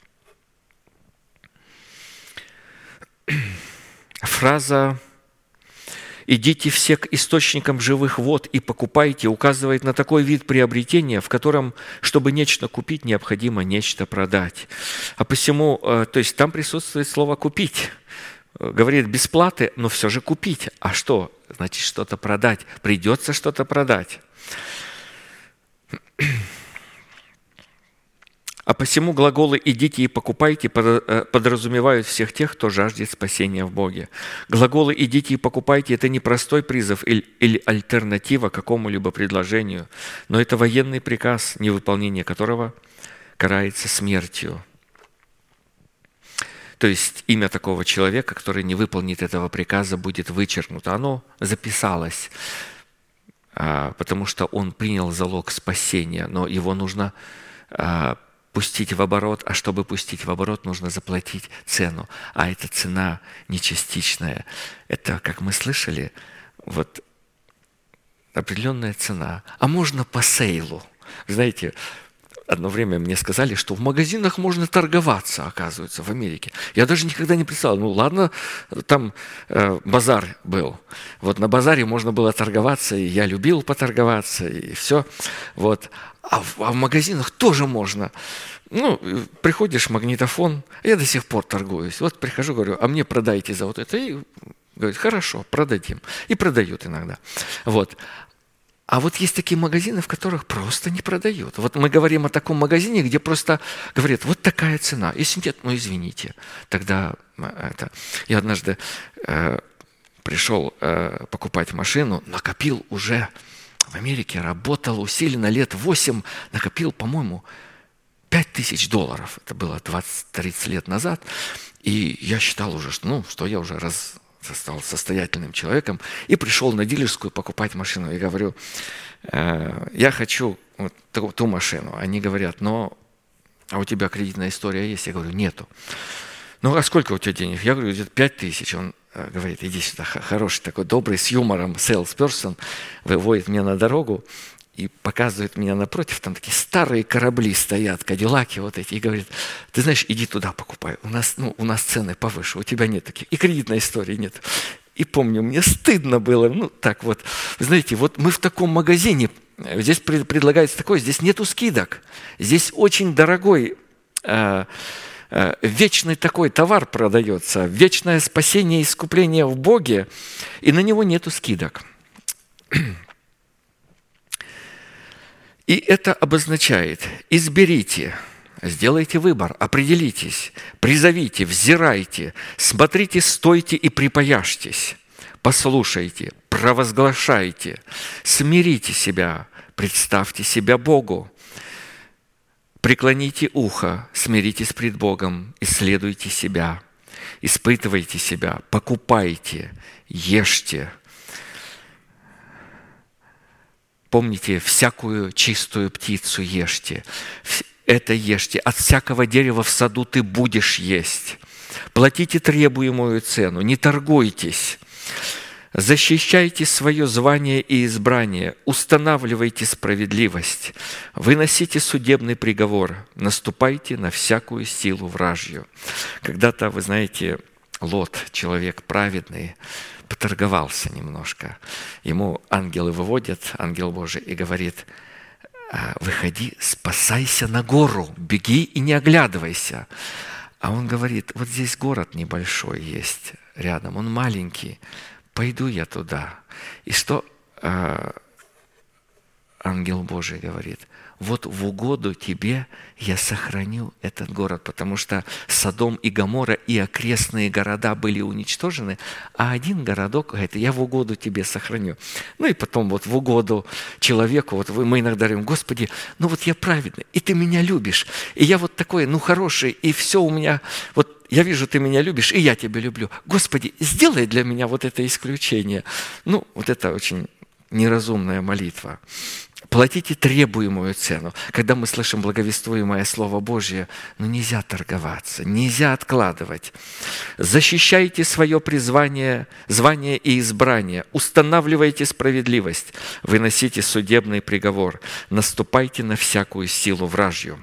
Фраза «идите все к источникам живых вод и покупайте» указывает на такой вид приобретения, в котором, чтобы нечто купить, необходимо нечто продать. А посему, то есть там присутствует слово «купить». Говорит без платы, но все же купить. А что? Значит, что-то продать. Придется что-то продать. А посему глаголы «идите и покупайте» подразумевают всех тех, кто жаждет спасения в Боге. Глаголы «идите и покупайте» – это не простой призыв или альтернатива какому-либо предложению, но это военный приказ, невыполнение которого карается смертью. То есть имя такого человека, который не выполнит этого приказа, будет вычеркнуто. Оно записалось, потому что он принял залог спасения, но его нужно пустить в оборот, а чтобы пустить в оборот, нужно заплатить цену. А эта цена не частичная. Это, как мы слышали, вот определенная цена. А можно по сейлу. Знаете, одно время мне сказали, что в магазинах можно торговаться, оказывается, в Америке. Я даже никогда не представлял. Ну ладно, там э, базар был. Вот на базаре можно было торговаться, и я любил поторговаться, и все. Вот. А в, а в магазинах тоже можно. Ну, приходишь, магнитофон, я до сих пор торгуюсь. Вот прихожу, говорю, а мне продайте за вот это. И говорят, хорошо, продадим. И продают иногда. Вот. А вот есть такие магазины, в которых просто не продают. Вот мы говорим о таком магазине, где просто говорят, вот такая цена. Если нет, ну извините. Тогда это... Я однажды э, пришел э, покупать машину, накопил уже в Америке, работал усиленно лет восемь, накопил, по-моему, пять тысяч долларов. Это было двадцать-тридцать лет назад. И я считал уже, что, ну, что я уже раз... стал состоятельным человеком и пришел на дилерскую покупать машину. И говорю, э, я хочу вот ту, ту машину. Они говорят, но а у тебя кредитная история есть? Я говорю, нету. Ну, а сколько у тебя денег? Я говорю, где-то пять тысяч. Он э, говорит, иди сюда, хороший такой, добрый, с юмором, salesperson, выводит меня на дорогу и показывает меня напротив, там такие старые корабли стоят, кадиллаки вот эти, и говорит, ты знаешь, иди туда покупай, у нас, ну, у нас цены повыше, у тебя нет таких, и кредитной истории нет. И помню, мне стыдно было, ну так вот, вы знаете, вот мы в таком магазине, здесь предлагается такое, здесь нету скидок, здесь очень дорогой, э, э, вечный такой товар продается, вечное спасение и искупление в Боге, и на него нету скидок. И это обозначает, изберите, сделайте выбор, определитесь, призовите, взирайте, смотрите, стойте и припаяшьтесь, послушайте, провозглашайте, смирите себя, представьте себя Богу, преклоните ухо, смиритесь пред Богом, исследуйте себя, испытывайте себя, покупайте, ешьте. Помните, всякую чистую птицу ешьте. Это ешьте. От всякого дерева в саду ты будешь есть. Платите требуемую цену. Не торгуйтесь. Защищайте свое звание и избрание. Устанавливайте справедливость. Выносите судебный приговор. Наступайте на всякую силу вражью. Когда-то, вы знаете, Лот, человек праведный, поторговался немножко. Ему ангелы выводят, ангел Божий, и говорит: выходи, спасайся на гору, беги и не оглядывайся. А он говорит: вот здесь город небольшой есть рядом, он маленький, пойду я туда. И что э, ангел Божий говорит? Вот в угоду тебе я сохраню этот город, потому что Содом и Гоморра и окрестные города были уничтожены, а один городок, говорит, я в угоду тебе сохраню. Ну и потом вот в угоду человеку, вот мы иногда говорим: Господи, ну вот я праведный, и ты меня любишь, и я вот такой, ну хороший, и все у меня, вот я вижу, ты меня любишь, и я тебя люблю. Господи, сделай для меня вот это исключение. Ну, вот это очень неразумная молитва. Платите требуемую цену. Когда мы слышим благовествуемое Слово Божье, ну нельзя торговаться, нельзя откладывать. Защищайте свое призвание, звание и избрание, устанавливайте справедливость, выносите судебный приговор, наступайте на всякую силу вражью.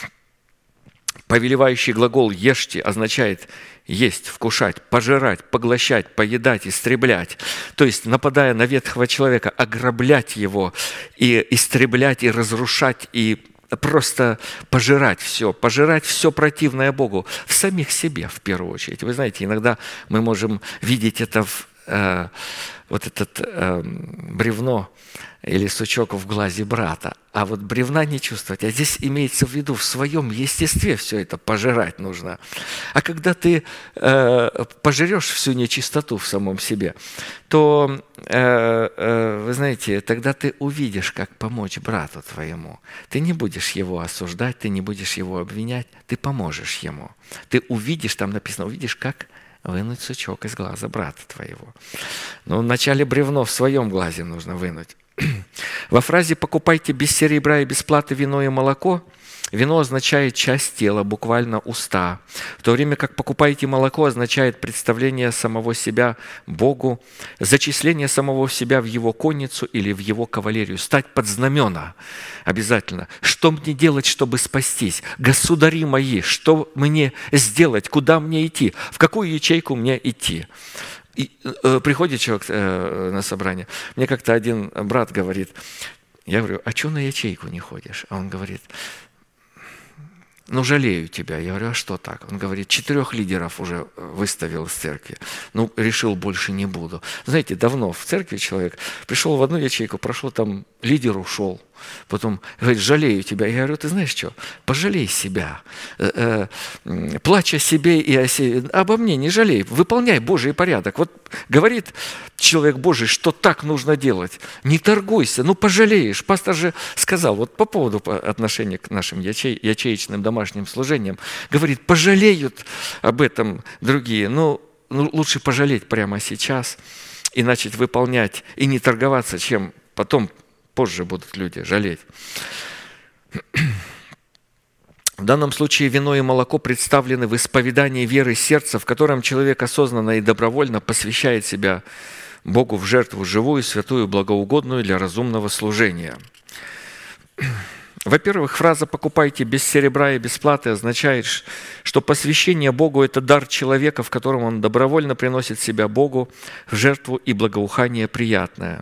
Повелевающий глагол «ешьте» означает есть, вкушать, пожирать, поглощать, поедать, истреблять. То есть, нападая на ветхого человека, ограблять его, и истреблять, и разрушать, и просто пожирать все, пожирать все противное Богу в самих себе, в первую очередь. Вы знаете, иногда мы можем видеть это в э, вот этот э, бревно или сучок в глазе брата, а вот бревна не чувствовать. А здесь имеется в виду, в своем естестве все это пожирать нужно. А когда ты э, пожрешь всю нечистоту в самом себе, то, э, э, вы знаете, тогда ты увидишь, как помочь брату твоему. Ты не будешь его осуждать, ты не будешь его обвинять, ты поможешь ему. Ты увидишь, там написано, увидишь, как вынуть сучок из глаза брата твоего. Но вначале бревно в своем глазе нужно вынуть. Во фразе «покупайте без серебра и без платы вино и молоко» вино означает часть тела, буквально уста, в то время как «покупайте молоко» означает представление самого себя Богу, зачисление самого себя в его конницу или в его кавалерию, стать под знамена обязательно. Что мне делать, чтобы спастись? Государи мои, что мне сделать? Куда мне идти? В какую ячейку мне идти? И, э, приходит человек э, на собрание, мне как-то один брат говорит, я говорю, а что на ячейку не ходишь? А он говорит, ну, жалею тебя. Я говорю, а что так? Он говорит, четырех лидеров уже выставил из церкви. Ну, решил, больше не буду. Знаете, давно в церкви человек пришел в одну ячейку, прошел там, лидер ушел. Потом говорит, жалею тебя. Я говорю, ты знаешь что? Пожалей себя. Э, э, плачь о себе и о себе. Обо мне не жалей. Выполняй Божий порядок. Вот говорит человек Божий, что так нужно делать. Не торгуйся, ну пожалеешь. Пастор же сказал, вот по поводу отношения к нашим ячей, ячеечным домашним служениям, говорит, пожалеют об этом другие. Ну, ну, лучше пожалеть прямо сейчас и начать выполнять, и не торговаться, чем потом позже будут люди жалеть. В данном случае вино и молоко представлены в исповедании веры сердца, в котором человек осознанно и добровольно посвящает себя Богу в жертву живую, святую, благоугодную для разумного служения. Во-первых, фраза «покупайте без серебра и без платы» означает, что посвящение Богу – это дар человека, в котором он добровольно приносит себя Богу в жертву и благоухание приятное.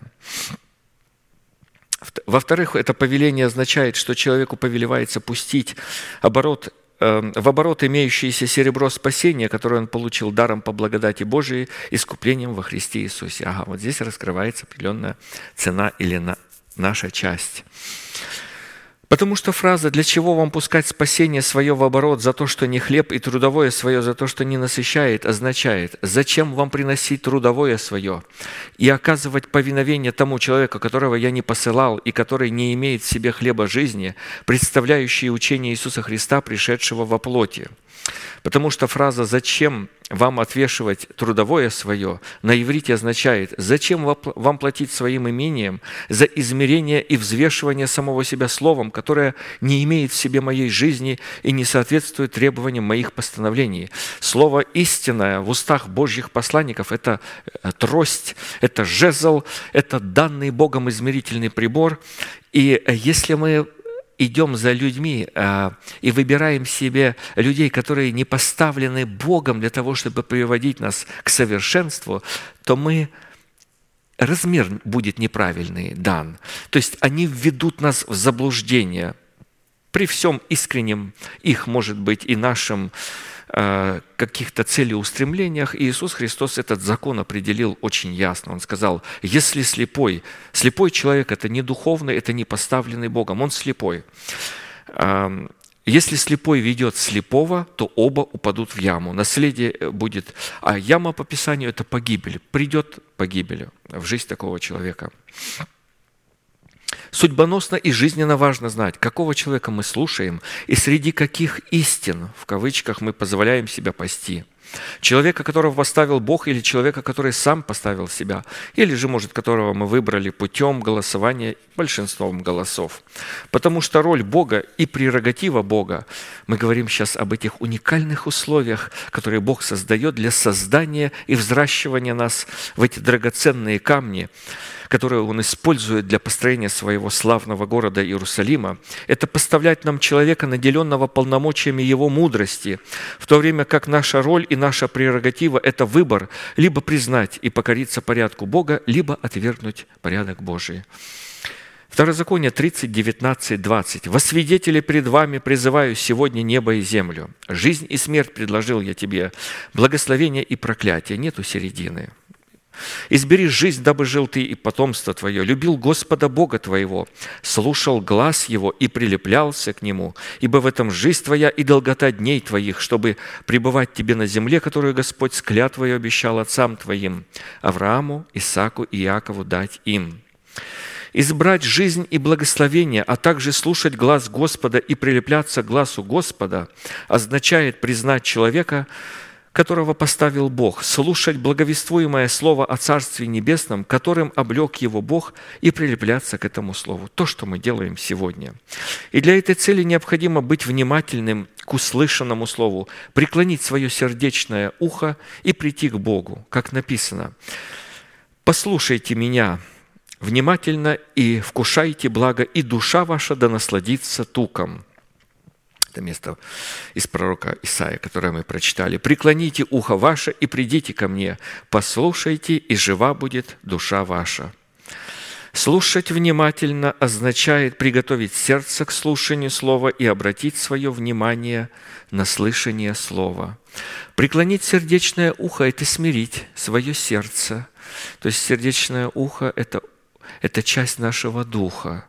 Во-вторых, это повеление означает, что человеку повелевается пустить оборот, э, в оборот имеющееся серебро спасения, которое он получил даром по благодати Божией, искуплением во Христе Иисусе. Ага, вот здесь раскрывается определенная цена или на, наша часть. Потому что фраза «для чего вам пускать спасение свое в оборот за то, что не хлеб, и трудовое свое за то, что не насыщает» означает «зачем вам приносить трудовое свое и оказывать повиновение тому человеку, которого я не посылал и который не имеет в себе хлеба жизни, представляющий учение Иисуса Христа, пришедшего во плоти». Потому что фраза «зачем вам отвешивать трудовое свое» на иврите означает «зачем вам платить своим имением за измерение и взвешивание самого себя словом, которое не имеет в себе моей жизни и не соответствует требованиям моих постановлений». Слово «истинное» в устах Божьих посланников – это трость, это жезл, это данный Богом измерительный прибор. И если мы идем за людьми а, и выбираем себе людей, которые не поставлены Богом для того, чтобы приводить нас к совершенству, то мы размер будет неправильный дан. То есть они введут нас в заблуждение. При всем искреннем их, может быть, и нашем э, каких-то целеустремлениях, Иисус Христос этот закон определил очень ясно. Он сказал, если слепой, слепой человек – это не духовный, это не поставленный Богом, он слепой. Э, если слепой ведет слепого, то оба упадут в яму. Наследие будет, а яма по Писанию – это погибель. Придет погибель в жизнь такого человека. Судьбоносно и жизненно важно знать, какого человека мы слушаем и среди каких истин, в кавычках, мы позволяем себя пасти. Человека, которого поставил Бог, или человека, который сам поставил себя, или же, может, которого мы выбрали путем голосования большинством голосов. Потому что роль Бога и прерогатива Бога, мы говорим сейчас об этих уникальных условиях, которые Бог создает для создания и взращивания нас в эти драгоценные камни, которые Он использует для построения своего славного города Иерусалима, это поставлять нам человека, наделенного полномочиями Его мудрости, в то время как наша роль и наша прерогатива – это выбор либо признать и покориться порядку Бога, либо отвергнуть порядок Божий. Второзаконие тридцать, девятнадцать, двадцать. «Во свидетели пред вами призываю сегодня небо и землю. Жизнь и смерть предложил я тебе, благословение и проклятие». Нету середины. «Избери жизнь, дабы жил ты и потомство твое, любил Господа Бога твоего, слушал глас Его и прилеплялся к Нему, ибо в этом жизнь твоя и долгота дней твоих, чтобы пребывать тебе на земле, которую Господь с клятвою обещал отцам твоим, Аврааму, Исааку и Иакову дать им. Избрать жизнь и благословение, а также слушать глас Господа и прилепляться к гласу Господа означает признать человека, которого поставил Бог, слушать благовествуемое слово о Царстве Небесном, которым облег его Бог, и прилепляться к этому слову. То, что мы делаем сегодня. И для этой цели необходимо быть внимательным к услышанному слову, преклонить свое сердечное ухо и прийти к Богу, как написано. «Послушайте меня внимательно и вкушайте благо, и душа ваша да насладится туком». Это место из пророка Исаия, которое мы прочитали. «Преклоните ухо ваше и придите ко мне, послушайте, и жива будет душа ваша». Слушать внимательно означает приготовить сердце к слушанию слова и обратить свое внимание на слышание слова. Преклонить сердечное ухо – это смирить свое сердце. То есть сердечное ухо – это, это часть нашего духа.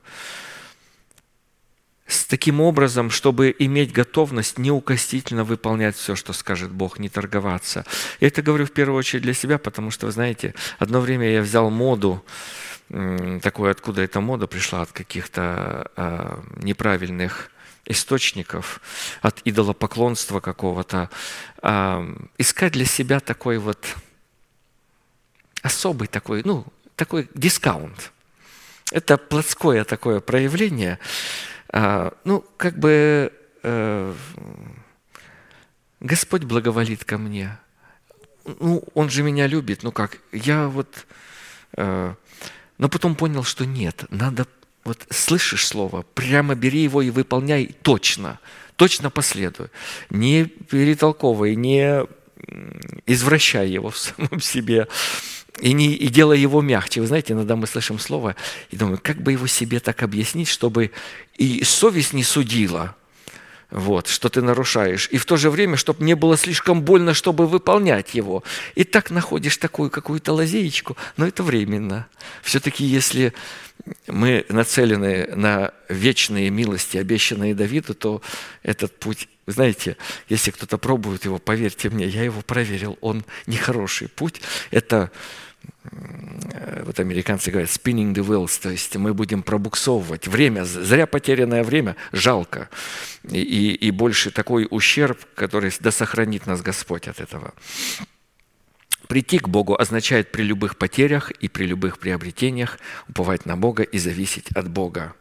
С таким образом, чтобы иметь готовность неукоснительно выполнять все, что скажет Бог, не торговаться. Я это говорю в первую очередь для себя, потому что, вы знаете, одно время я взял моду, такое, откуда эта мода пришла, от каких-то э, неправильных источников, от идолопоклонства какого-то, э, искать для себя такой вот особый такой, ну, такой дискаунт. Это плотское такое проявление. А, ну, как бы э, Господь благоволит ко мне. Ну, Он же меня любит. Ну как, я вот... Э, но потом понял, что нет, надо... Вот слышишь слово, прямо бери его и выполняй точно. Точно последуй. Не перетолковывай, не извращай его в самом себе. И, не, и делай его мягче. Вы знаете, иногда мы слышим слово и думаем, как бы его себе так объяснить, чтобы и совесть не судила, вот, что ты нарушаешь, и в то же время, чтобы не было слишком больно, чтобы выполнять его. И так находишь такую какую-то лазеечку, но это временно. Все-таки если мы нацелены на вечные милости, обещанные Давиду, то этот путь, вы знаете, если кто-то пробует его, поверьте мне, я его проверил, он нехороший путь. Это, вот американцы говорят, spinning the wheels, то есть мы будем пробуксовывать. Время, зря потерянное время, жалко. И, и, и больше такой ущерб, который, да сохранит нас Господь от этого. Прийти к Богу означает при любых потерях и при любых приобретениях уповать на Бога и зависеть от Бога.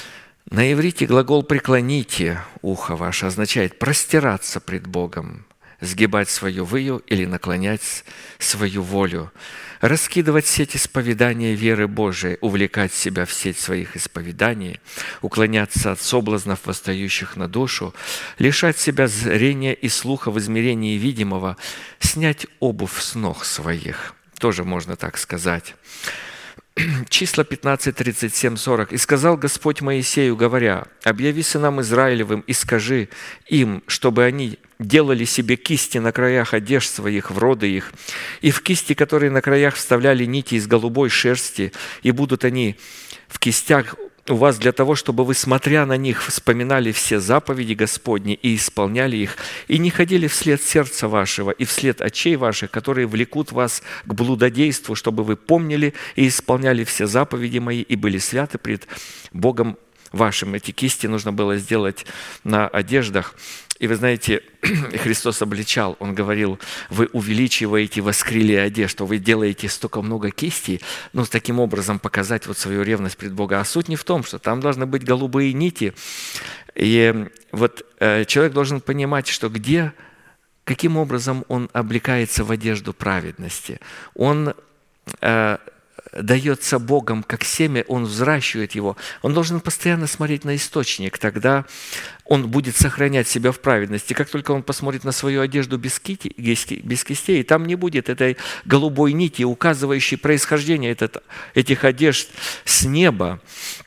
На иврите глагол «преклоните ухо ваше» означает простираться пред Богом, сгибать свою выю или наклонять свою волю, раскидывать сеть исповедания веры Божией, увлекать себя в сеть своих исповеданий, уклоняться от соблазнов, восстающих на душу, лишать себя зрения и слуха в измерении видимого, снять обувь с ног своих. Тоже можно так сказать. Числа пятнадцать, тридцать семь, сорок. «И сказал Господь Моисею, говоря, объяви сынам Израилевым и скажи им, чтобы они делали себе кисти на краях одежд своих, в роды их, и в кисти, которые на краях вставляли нити из голубой шерсти, и будут они в кистях у вас для того, чтобы вы, смотря на них, вспоминали все заповеди Господни и исполняли их, и не ходили вслед сердца вашего и вслед очей ваших, которые влекут вас к блудодейству, чтобы вы помнили и исполняли все заповеди мои и были святы пред Богом вашим». Эти кисти нужно было сделать на одеждах. И вы знаете, Христос обличал, Он говорил, вы увеличиваете воскрилие одежд, вы делаете столько много кистей, ну, с таким образом показать вот свою ревность пред Богом. А суть не в том, что там должны быть голубые нити. И вот э, человек должен понимать, что где, каким образом он облекается в одежду праведности. Он э, дается Богом как семя, Он взращивает его. Он должен постоянно смотреть на источник, тогда он будет сохранять себя в праведности. Как только он посмотрит на свою одежду без, кити, без кистей, там не будет этой голубой нити, указывающей происхождение этот, этих одежд с неба.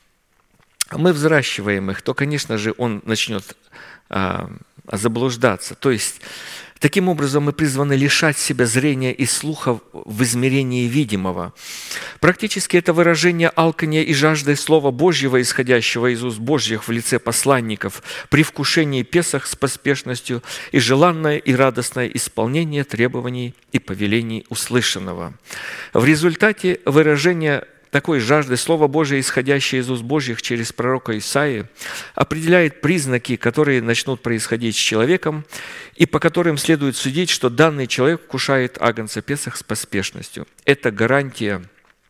Мы взращиваем их, то, конечно же, он начнет а, заблуждаться. То есть, таким образом, мы призваны лишать себя зрения и слуха в измерении видимого. Практически это выражение алкания и жажды Слова Божьего, исходящего из уст Божьих в лице посланников, при вкушении Песах с поспешностью и желанное и радостное исполнение требований и повелений услышанного. В результате выражение такой жажды Слова Божие, исходящее из уст Божьих через пророка Исаии, определяет признаки, которые начнут происходить с человеком, и по которым следует судить, что данный человек вкушает агнца Песах с поспешностью. Это гарантия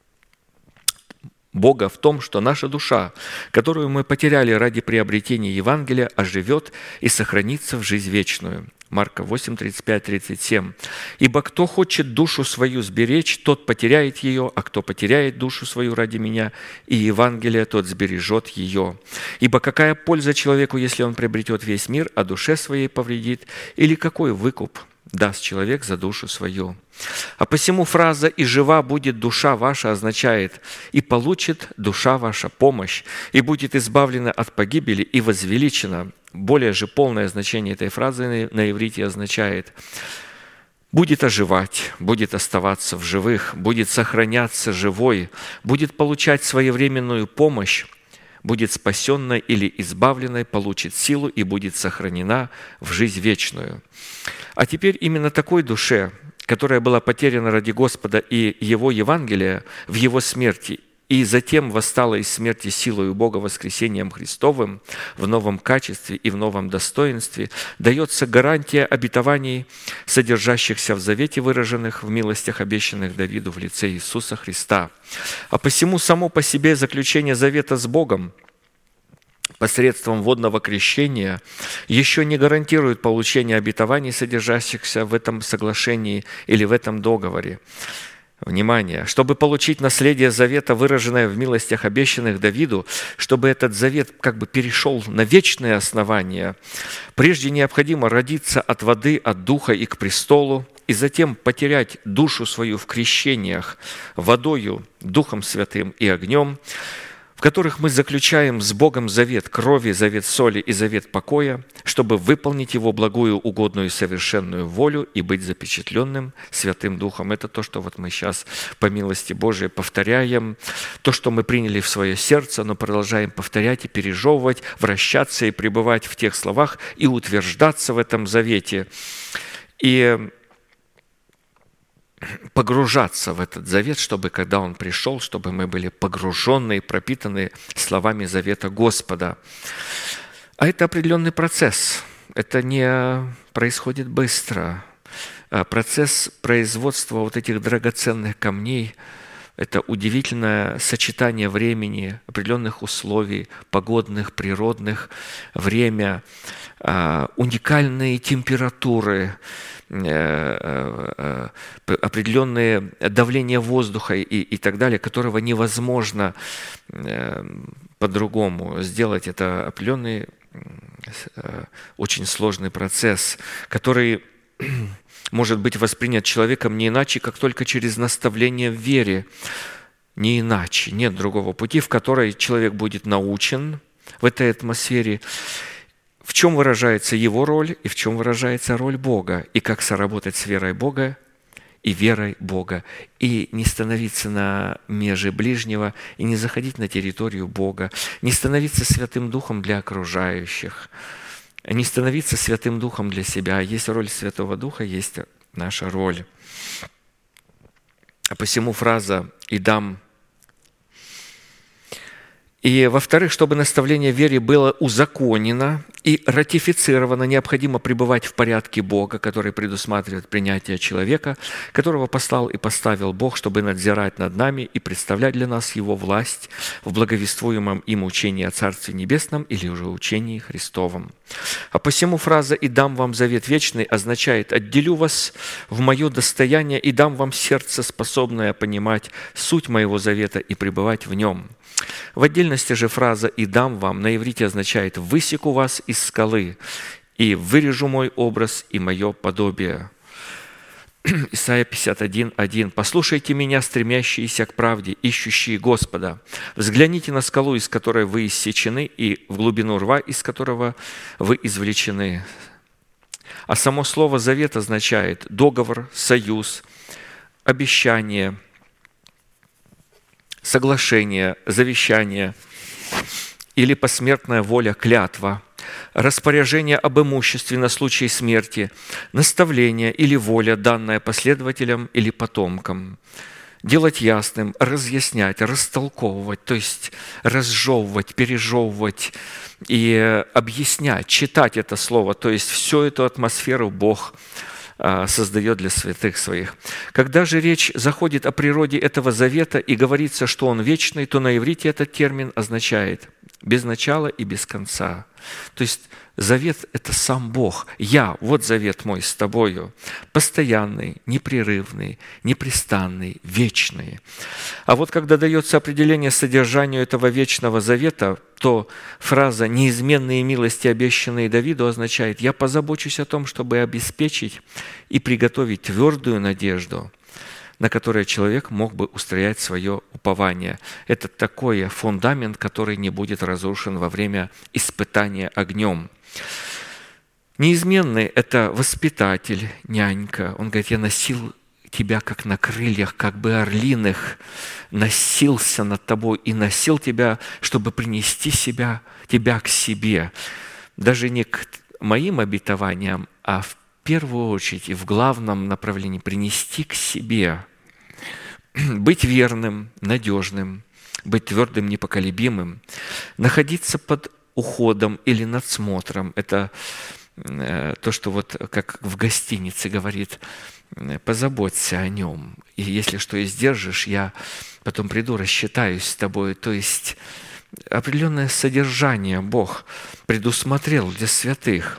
Бога в том, что наша душа, которую мы потеряли ради приобретения Евангелия, оживет и сохранится в жизнь вечную. Марка восемь, тридцать пять, тридцать семь. «Ибо кто хочет душу свою сберечь, тот потеряет ее, а кто потеряет душу свою ради меня и Евангелия, тот сбережет ее. Ибо какая польза человеку, если он приобретет весь мир, а душе своей повредит? Или какой выкуп даст человек за душу свою? А посему фраза «и жива будет душа ваша» означает «и получит душа ваша помощь, и будет избавлена от погибели и возвеличена». Более же полное значение этой фразы на иврите означает «будет оживать, будет оставаться в живых, будет сохраняться живой, будет получать своевременную помощь, будет спасенной или избавленной, получит силу и будет сохранена в жизнь вечную». А теперь именно такой душе, которая была потеряна ради Господа и Его Евангелия в Его смерти, и затем восстала из смерти силою Бога воскресением Христовым в новом качестве и в новом достоинстве, дается гарантия обетований, содержащихся в завете, выраженных в милостях, обещанных Давиду в лице Иисуса Христа. А посему само по себе заключение завета с Богом посредством водного крещения еще не гарантирует получение обетований, содержащихся в этом соглашении или в этом договоре. Внимание! Чтобы получить наследие завета, выраженное в милостях, обещанных Давиду, чтобы этот завет как бы перешел на вечное основание, прежде необходимо родиться от воды, от духа и к престолу, и затем потерять душу свою в крещениях водою, Духом Святым и огнем, в которых мы заключаем с Богом завет крови, завет соли и завет покоя, чтобы выполнить Его благую, угодную и совершенную волю и быть запечатленным Святым Духом. Это то, что вот мы сейчас по милости Божией повторяем, то, что мы приняли в свое сердце, но продолжаем повторять и пережевывать, вращаться и пребывать в тех словах и утверждаться в этом завете. И погружаться в этот завет, чтобы, когда он пришел, чтобы мы были погружены и пропитаны словами завета Господа. А это определенный процесс. Это не происходит быстро. Процесс производства вот этих драгоценных камней – это удивительное сочетание времени, определенных условий, погодных, природных, время, уникальные температуры, определенные давления воздуха и, и так далее, которого невозможно по-другому сделать. Это определенный очень сложный процесс, который может быть воспринят человеком не иначе, как только через наставление в вере. Не иначе. Нет другого пути, в которой человек будет научен в этой атмосфере, в чем выражается его роль и в чем выражается роль Бога, и как соработать с верой Бога и верой Бога, и не становиться на меже ближнего, и не заходить на территорию Бога, не становиться Святым Духом для окружающих, не становиться Святым Духом для себя. Есть роль Святого Духа, есть наша роль. А посему фраза «и дам». И, во-вторых, чтобы наставление в вере было узаконено и ратифицировано, необходимо пребывать в порядке Бога, который предусматривает принятие человека, которого послал и поставил Бог, чтобы надзирать над нами и представлять для нас Его власть в благовествуемом им учении о Царстве Небесном или уже учении Христовом. А посему фраза «и дам вам завет вечный» означает «отделю вас в мое достояние и дам вам сердце, способное понимать суть моего завета и пребывать в нем». В отдельности же фраза «и дам вам» на иврите означает «высеку вас из скалы и вырежу мой образ и мое подобие». Исайя пятьдесят один, один. «Послушайте меня, стремящиеся к правде, ищущие Господа. Взгляните на скалу, из которой вы иссечены, и в глубину рва, из которого вы извлечены». А само слово «завет» означает договор, союз, обещание, соглашение, завещание или посмертная воля, клятва, распоряжение об имуществе на случай смерти, наставление или воля, данная последователям или потомкам. Делать ясным, разъяснять, растолковывать, то есть разжевывать, пережевывать и объяснять, читать это слово, то есть всю эту атмосферу Бог создает для святых своих. Когда же речь заходит о природе этого завета и говорится, что он вечный, то на иврите этот термин означает без начала и без конца. То есть завет – это сам Бог. Я, вот завет мой с тобою, постоянный, непрерывный, непрестанный, вечный. А вот когда дается определение содержанию этого вечного завета, то фраза «неизменные милости, обещанные Давиду» означает «я позабочусь о том, чтобы обеспечить и приготовить твердую надежду, на которой человек мог бы устроять свое упование». Это такой фундамент, который не будет разрушен во время испытания огнем. Неизменный – это воспитатель, нянька. Он говорит, я носил тебя, как на крыльях, как бы орлиных, носился над тобой и носил тебя, чтобы принести себя, тебя к себе. Даже не к моим обетованиям, а в первую очередь и в главном направлении принести к себе. Быть верным, надежным, быть твердым, непоколебимым, находиться под уходом или надсмотром. Это то, что вот как в гостинице говорит, позаботься о нем. И если что издержишь, я потом приду, рассчитаюсь с тобой. То есть определенное содержание Бог предусмотрел для святых.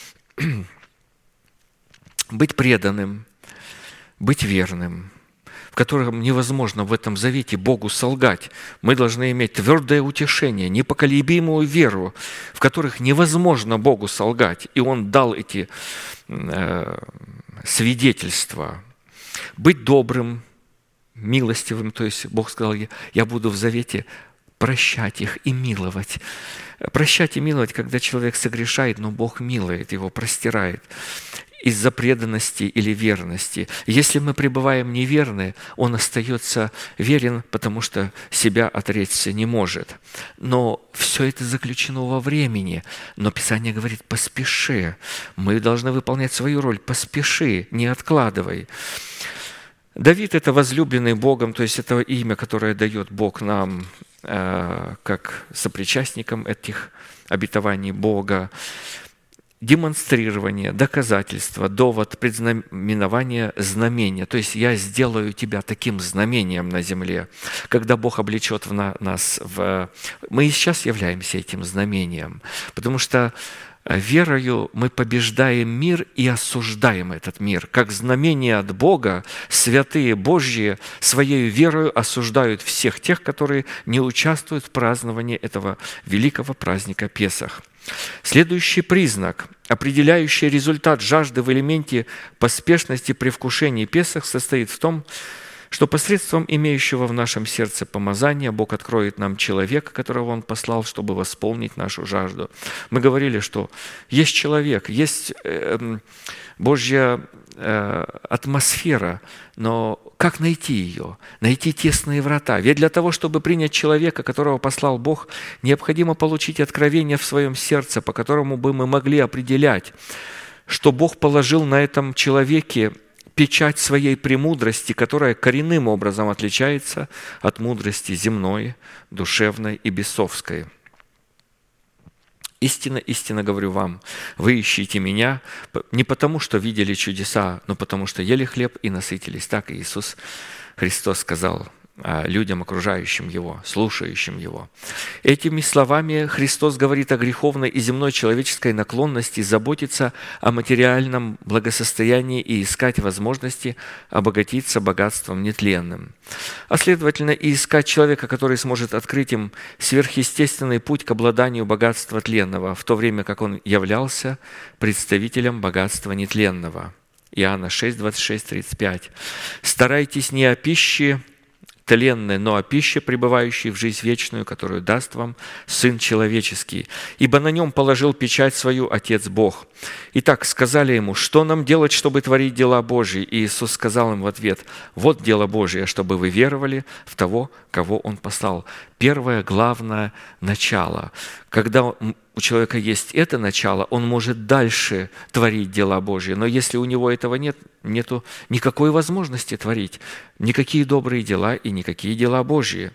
Быть преданным, быть верным, в котором невозможно в этом завете Богу солгать. Мы должны иметь твердое утешение, непоколебимую веру, в которых невозможно Богу солгать. И Он дал эти э, свидетельства. Быть добрым, милостивым, то есть Бог сказал, я буду в завете прощать их и миловать. Прощать и миловать, когда человек согрешает, но Бог милует его, простирает из-за преданности или верности. Если мы пребываем неверны, он остается верен, потому что себя отречься не может. Но все это заключено во времени. Но Писание говорит, поспеши. Мы должны выполнять свою роль. Поспеши, не откладывай. Давид – это возлюбленный Богом, то есть это имя, которое дает Бог нам э, как сопричастникам этих обетований Бога. Демонстрирование, доказательство, довод, предзнаменование, знамение. То есть я сделаю тебя таким знамением на земле. Когда Бог облечет в нас, в... мы и сейчас являемся этим знамением. Потому что верою мы побеждаем мир и осуждаем этот мир. Как знамение от Бога, святые Божьи своей верою осуждают всех тех, которые не участвуют в праздновании этого великого праздника Песах. Следующий признак, определяющий результат жажды в элементе поспешности при вкушении Песах, состоит в том, что посредством имеющего в нашем сердце помазания Бог откроет нам человека, которого Он послал, чтобы восполнить нашу жажду. Мы говорили, что есть человек, есть Божья атмосфера, но как найти ее? Найти тесные врата. Ведь для того, чтобы принять человека, которого послал Бог, необходимо получить откровение в своем сердце, по которому бы мы могли определять, что Бог положил на этом человеке печать своей премудрости, которая коренным образом отличается от мудрости земной, душевной и бесовской. Истинно, истинно говорю вам, вы ищите Меня не потому, что видели чудеса, но потому, что ели хлеб и насытились. Так Иисус Христос сказал людям, окружающим Его, слушающим Его. Этими словами Христос говорит о греховной и земной человеческой наклонности заботиться о материальном благосостоянии и искать возможности обогатиться богатством нетленным. А следовательно, и искать человека, который сможет открыть им сверхъестественный путь к обладанию богатства тленного, в то время как он являлся представителем богатства нетленного. Иоанна шесть, двадцать шесть, тридцать пять. «Старайтесь не о пище тленной, но о пище, пребывающей в жизнь вечную, которую даст вам Сын Человеческий, ибо на нем положил печать свою Отец Бог». Итак, сказали ему: «Что нам делать, чтобы творить дела Божьи?» И Иисус сказал им в ответ: «Вот дело Божие, чтобы вы веровали в того, кого Он послал». Первое, главное начало. Когда у человека есть это начало, он может дальше творить дела Божьи. Но если у него этого нет, нету никакой возможности творить никакие добрые дела и никакие дела Божьи.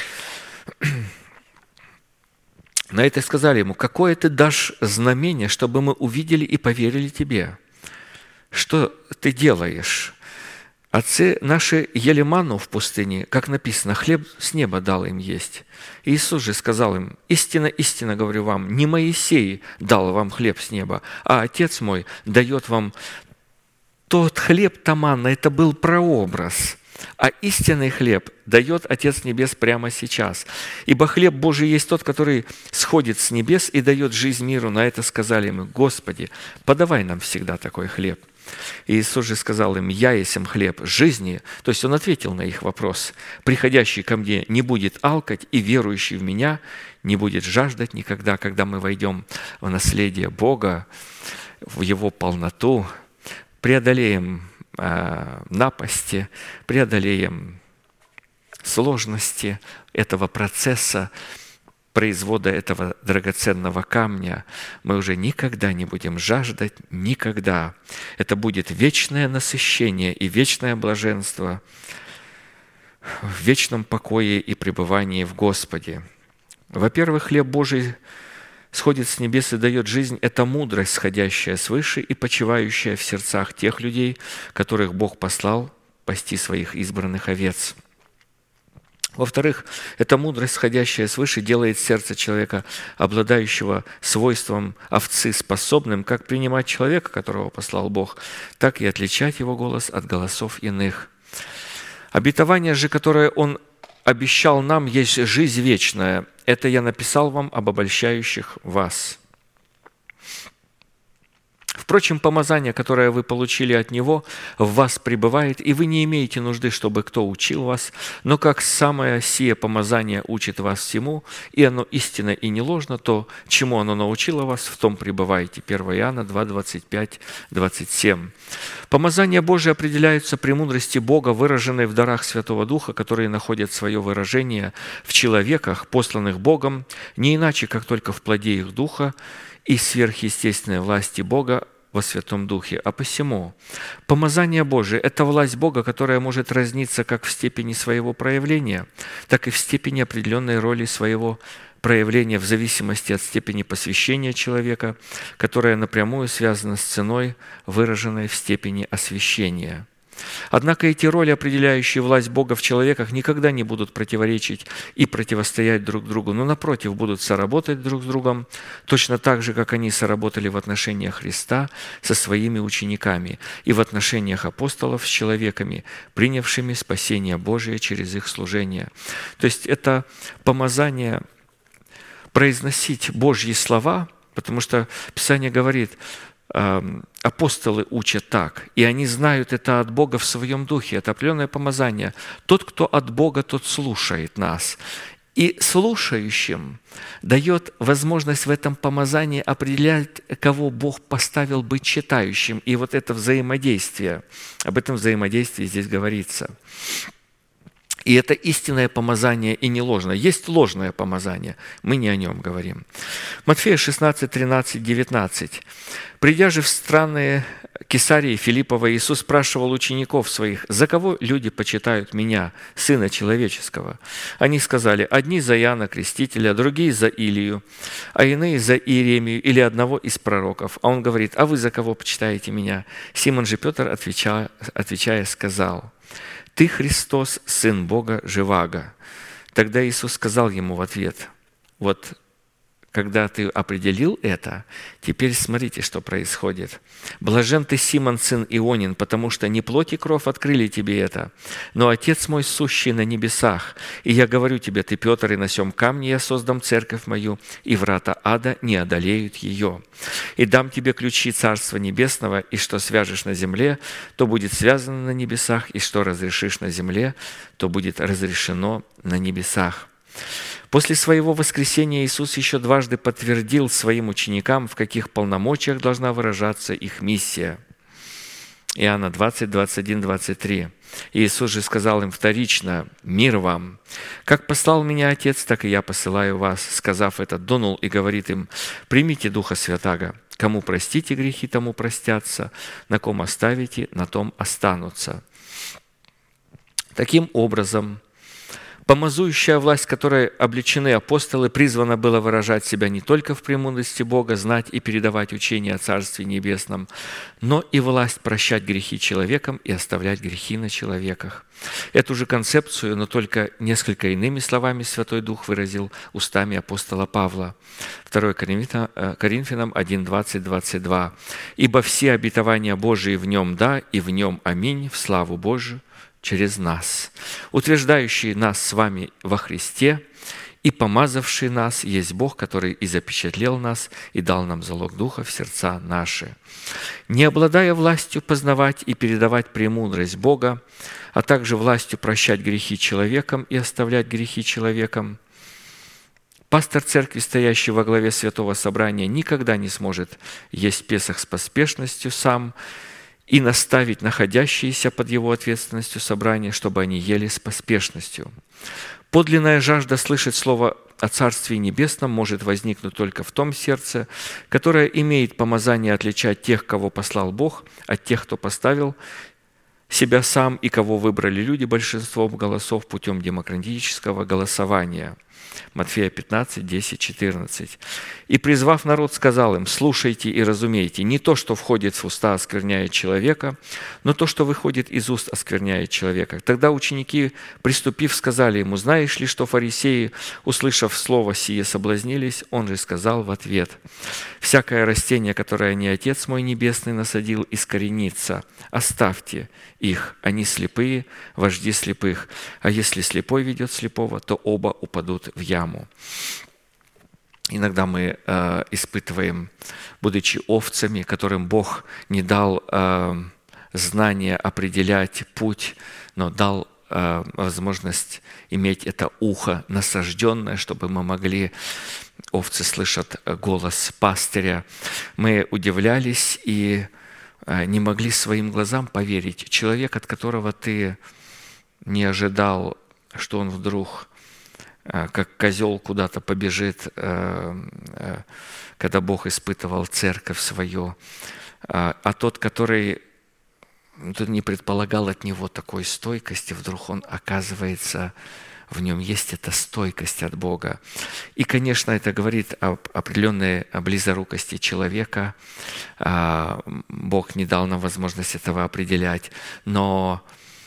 На это сказали ему: «Какое ты дашь знамение, чтобы мы увидели и поверили тебе? Что ты делаешь? Отцы наши ели манну в пустыне, как написано, хлеб с неба дал им есть». Иисус же сказал им: «Истинно, истинно говорю вам, не Моисей дал вам хлеб с неба, а Отец мой дает вам тот хлеб, та манна». Это был прообраз. А истинный хлеб дает Отец Небес прямо сейчас. Ибо хлеб Божий есть тот, который сходит с небес и дает жизнь миру. На это сказали ему: «Господи, подавай нам всегда такой хлеб». И Иисус же сказал им: «Я есмь хлеб жизни». То есть Он ответил на их вопрос: «Приходящий ко мне не будет алкать, и верующий в Меня не будет жаждать никогда». Когда мы войдем в наследие Бога, в Его полноту, преодолеем э, напасти, преодолеем сложности этого процесса, производа этого драгоценного камня, мы уже никогда не будем жаждать, никогда. Это будет вечное насыщение и вечное блаженство в вечном покое и пребывании в Господе. Во-первых, хлеб Божий сходит с небес и дает жизнь. Это мудрость, сходящая свыше и почивающая в сердцах тех людей, которых Бог послал пасти своих избранных овец. Во-вторых, эта мудрость, сходящая свыше, делает сердце человека, обладающего свойством овцы, способным как принимать человека, которого послал Бог, так и отличать его голос от голосов иных. Обетование же, которое Он обещал нам, есть жизнь вечная. Это я написал вам об обольщающих вас. Впрочем, помазание, которое вы получили от Него, в вас пребывает, и вы не имеете нужды, чтобы кто учил вас, но как самое сие помазание учит вас всему, и оно истинно и не ложно, то, чему оно научило вас, в том пребывайте». первое Иоанна два, двадцать пять, двадцать семь. Помазание Божие определяются премудрости Бога, выраженной в дарах Святого Духа, которые находят свое выражение в человеках, посланных Богом, не иначе, как только в плоде их Духа и сверхъестественной власти Бога во Святом Духе. А посему помазание Божие – это власть Бога, которая может разниться как в степени своего проявления, так и в степени определенной роли своего проявления в зависимости от степени посвящения человека, которая напрямую связана с ценой, выраженной в степени освящения. Однако эти роли, определяющие власть Бога в человеках, никогда не будут противоречить и противостоять друг другу, но, напротив, будут соработать друг с другом, точно так же, как они соработали в отношениях Христа со своими учениками и в отношениях апостолов с человеками, принявшими спасение Божие через их служение. То есть это помазание произносить Божьи слова, потому что Писание говорит, апостолы учат так, и они знают это от Бога в своем духе, это определенное помазание. Тот, кто от Бога, тот слушает нас. И слушающим дает возможность в этом помазании определять, кого Бог поставил быть читающим. И вот это взаимодействие, об этом взаимодействии здесь говорится. И это истинное помазание и не ложное. Есть ложное помазание, мы не о нем говорим. Матфея шестнадцать, тринадцать, девятнадцать. «Придя же в страны Кесарии Филиппова, Иисус спрашивал учеников своих, за кого люди почитают Меня, Сына Человеческого? Они сказали, одни за Иоанна Крестителя, другие за Илию, а иные за Иеремию или одного из пророков. А Он говорит, а вы за кого почитаете Меня? Симон же Петр, отвечая, отвечая сказал, Ты Христос, Сын Бога Живаго. Тогда Иисус сказал ему в ответ, вот когда ты определил это, теперь смотрите, что происходит. Блажен ты, Симон, сын Ионин, потому что не плоть и кровь открыли тебе это, но Отец мой, сущий на небесах. И я говорю тебе, ты, Петр, и на сем камне я создам церковь мою, и врата ада не одолеют ее. И дам тебе ключи Царства Небесного, и что свяжешь на земле, то будет связано на небесах, и что разрешишь на земле, то будет разрешено на небесах». После своего воскресения Иисус еще дважды подтвердил своим ученикам, в каких полномочиях должна выражаться их миссия. Иоанна двадцать, двадцать один, двадцать три. Иисус же сказал им вторично, «Мир вам! Как послал Меня Отец, так и Я посылаю вас». Сказав это, дунул и говорит им, «Примите Духа Святаго. Кому простите грехи, тому простятся, на ком оставите, на том останутся». Таким образом, помазующая власть, которой облечены апостолы, призвана была выражать себя не только в премудрости Бога, знать и передавать учение о Царстве Небесном, но и власть прощать грехи человекам и оставлять грехи на человеках. Эту же концепцию, но только несколько иными словами Святой Дух выразил устами апостола Павла. второе Коринфянам один, двадцать, двадцать два. «Ибо все обетования Божии в Нем да, и в Нем аминь, в славу Божию, через нас, утверждающий нас с вами во Христе и помазавший нас есть Бог, который и запечатлел нас, и дал нам залог Духа в сердца наши. Не обладая властью познавать и передавать премудрость Бога, а также властью прощать грехи человекам и оставлять грехи человекам, пастор церкви, стоящий во главе Святого Собрания, никогда не сможет есть Песах с поспешностью сам, и наставить находящиеся под его ответственностью собрания, чтобы они ели с поспешностью. Подлинная жажда слышать слово о Царстве Небесном может возникнуть только в том сердце, которое имеет помазание отличать тех, кого послал Бог, от тех, кто поставил себя сам и кого выбрали люди большинством голосов путем демократического голосования. Матфея пятнадцать, десять, четырнадцать. «И, призвав народ, сказал им, слушайте и разумейте, не то, что входит в уста, оскверняет человека, но то, что выходит из уст, оскверняет человека». Тогда ученики, приступив, сказали ему, знаешь ли, что фарисеи, услышав слово сие, соблазнились? Он же сказал в ответ, «Всякое растение, которое не Отец мой Небесный насадил, искоренится. Оставьте их, они слепые, вожди слепых. А если слепой ведет слепого, то оба упадут в яму». Иногда мы э, испытываем, будучи овцами, которым Бог не дал э, знания определять путь, но дал э, возможность иметь это ухо насажденное, чтобы мы могли, овцы слышат голос пастыря. Мы удивлялись и э, не могли своим глазам поверить. Человек, от которого ты не ожидал, что он вдруг как козел куда-то побежит, когда Бог испытывал церковь свою. А тот, который Тут не предполагал от него такой стойкости, вдруг он оказывается, в нем есть эта стойкость от Бога. И, конечно, это говорит об определенной близорукости человека. Бог не дал нам возможность этого определять, но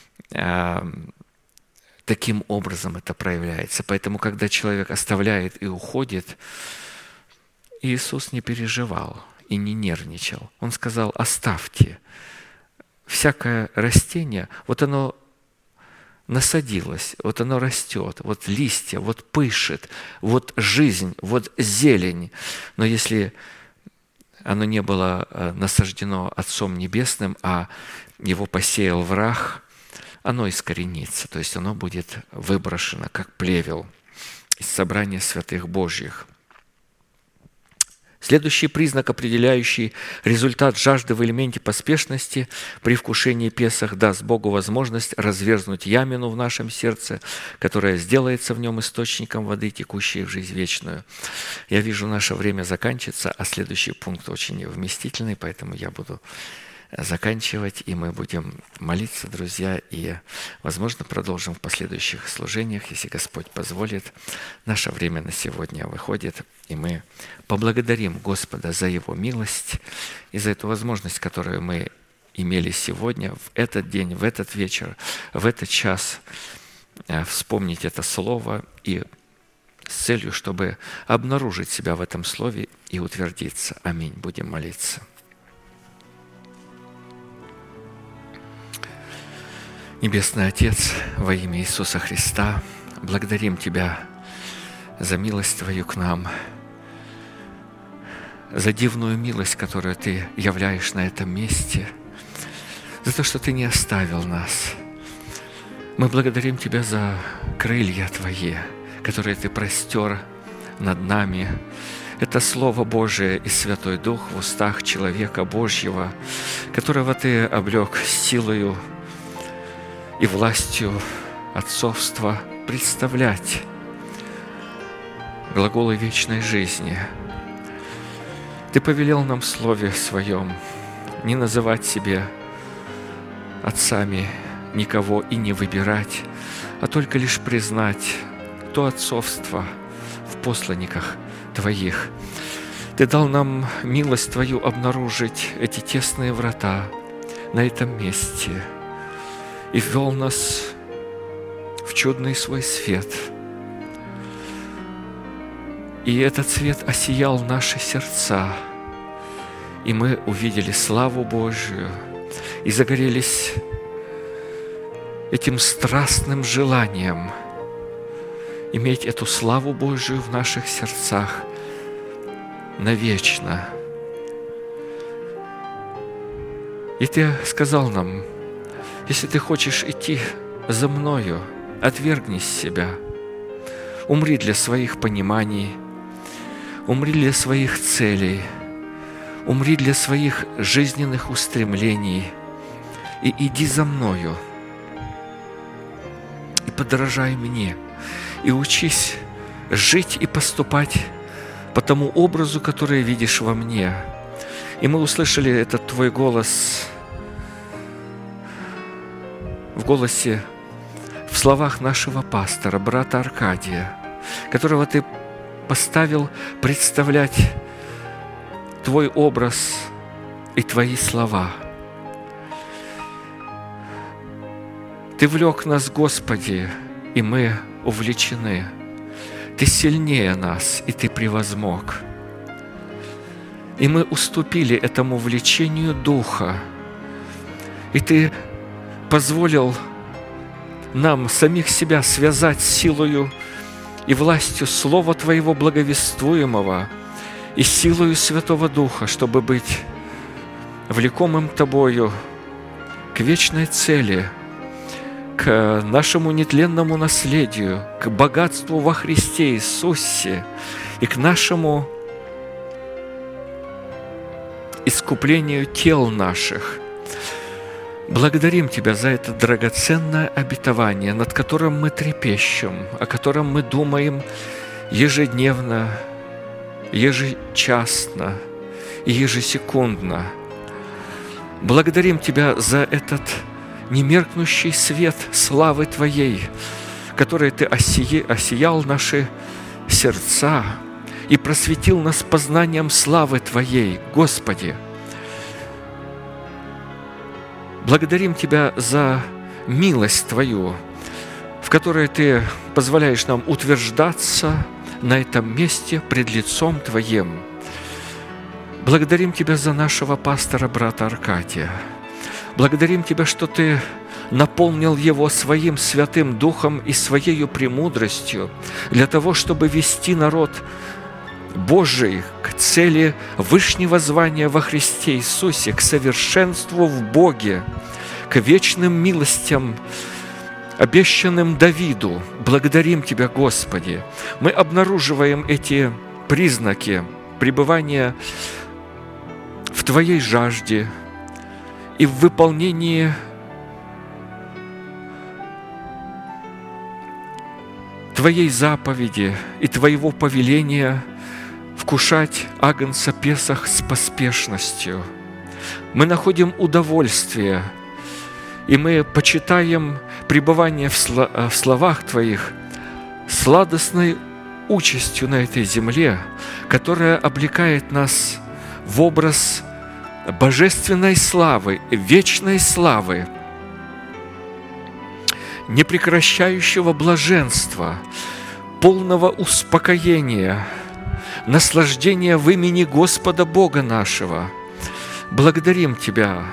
таким образом это проявляется. Поэтому, когда человек оставляет и уходит, Иисус не переживал и не нервничал. Он сказал: оставьте. Всякое растение, вот оно насадилось, вот оно растет, вот листья, вот пышет, вот жизнь, вот зелень. Но если оно не было насаждено Отцом Небесным, а его посеял враг, оно искоренится, то есть оно будет выброшено, как плевел из собрания святых Божьих. Следующий признак, определяющий результат жажды в элементе поспешности при вкушении Песах, даст Богу возможность разверзнуть ямину в нашем сердце, которая сделается в нем источником воды, текущей в жизнь вечную. Я вижу, наше время заканчивается, а следующий пункт очень вместительный, поэтому я буду заканчивать, и мы будем молиться, друзья, и, возможно, продолжим в последующих служениях, если Господь позволит. Наше время на сегодня выходит, и мы поблагодарим Господа за Его милость и за эту возможность, которую мы имели сегодня, в этот день, в этот вечер, в этот час, вспомнить это слово и с целью, чтобы обнаружить себя в этом слове и утвердиться. Аминь. Будем молиться. Небесный Отец, во имя Иисуса Христа, благодарим Тебя за милость Твою к нам, за дивную милость, которую Ты являешь на этом месте, за то, что Ты не оставил нас. Мы благодарим Тебя за крылья Твои, которые Ты простер над нами. Это Слово Божие и Святой Дух в устах человека Божьего, которого Ты облек силою и властью отцовства представлять глаголы вечной жизни. Ты повелел нам в Слове Своем не называть себе отцами никого и не выбирать, а только лишь признать то отцовство в посланниках Твоих. Ты дал нам милость Твою обнаружить эти тесные врата на этом месте и ввел нас в чудный свой свет. И этот свет осиял наши сердца, и мы увидели славу Божию и загорелись этим страстным желанием иметь эту славу Божию в наших сердцах навечно. И Ты сказал нам: если ты хочешь идти за Мною, отвергни себя, умри для своих пониманий, умри для своих целей, умри для своих жизненных устремлений и иди за Мною, и подражай Мне, и учись жить и поступать по тому образу, который видишь во Мне. И мы услышали этот Твой голос в голосе, в словах нашего пастора, брата Аркадия, которого Ты поставил представлять Твой образ и Твои слова. Ты влек нас, Господи, и мы увлечены. Ты сильнее нас, и Ты превозмог. И мы уступили этому влечению Духа, и Ты позволил нам самих себя связать силою и властью Слова Твоего благовествуемого и силою Святого Духа, чтобы быть влекомым Тобою к вечной цели, к нашему нетленному наследию, к богатству во Христе Иисусе и к нашему искуплению тел наших. Благодарим Тебя за это драгоценное обетование, над которым мы трепещем, о котором мы думаем ежедневно, ежечасно и ежесекундно. Благодарим Тебя за этот немеркнущий свет славы Твоей, который Ты осия, осиял наши сердца и просветил нас познанием славы Твоей, Господи. Благодарим Тебя за милость Твою, в которой Ты позволяешь нам утверждаться на этом месте пред лицом Твоим. Благодарим Тебя за нашего пастора, брата Аркадия. Благодарим Тебя, что Ты наполнил его Своим Святым Духом и Своею премудростью для того, чтобы вести народ Божий к цели вышнего звания во Христе Иисусе, к совершенству в Боге, к вечным милостям, обещанным Давиду. Благодарим Тебя, Господи. Мы обнаруживаем эти признаки пребывания в Твоей жажде и в выполнении Твоей заповеди и Твоего повеления вкушать агнца Песах с поспешностью. Мы находим удовольствие, и мы почитаем пребывание в, сло- в словах Твоих сладостной участью на этой земле, которая облекает нас в образ божественной славы, вечной славы, непрекращающего блаженства, полного успокоения, наслаждения в имени Господа Бога нашего. Благодарим Тебя.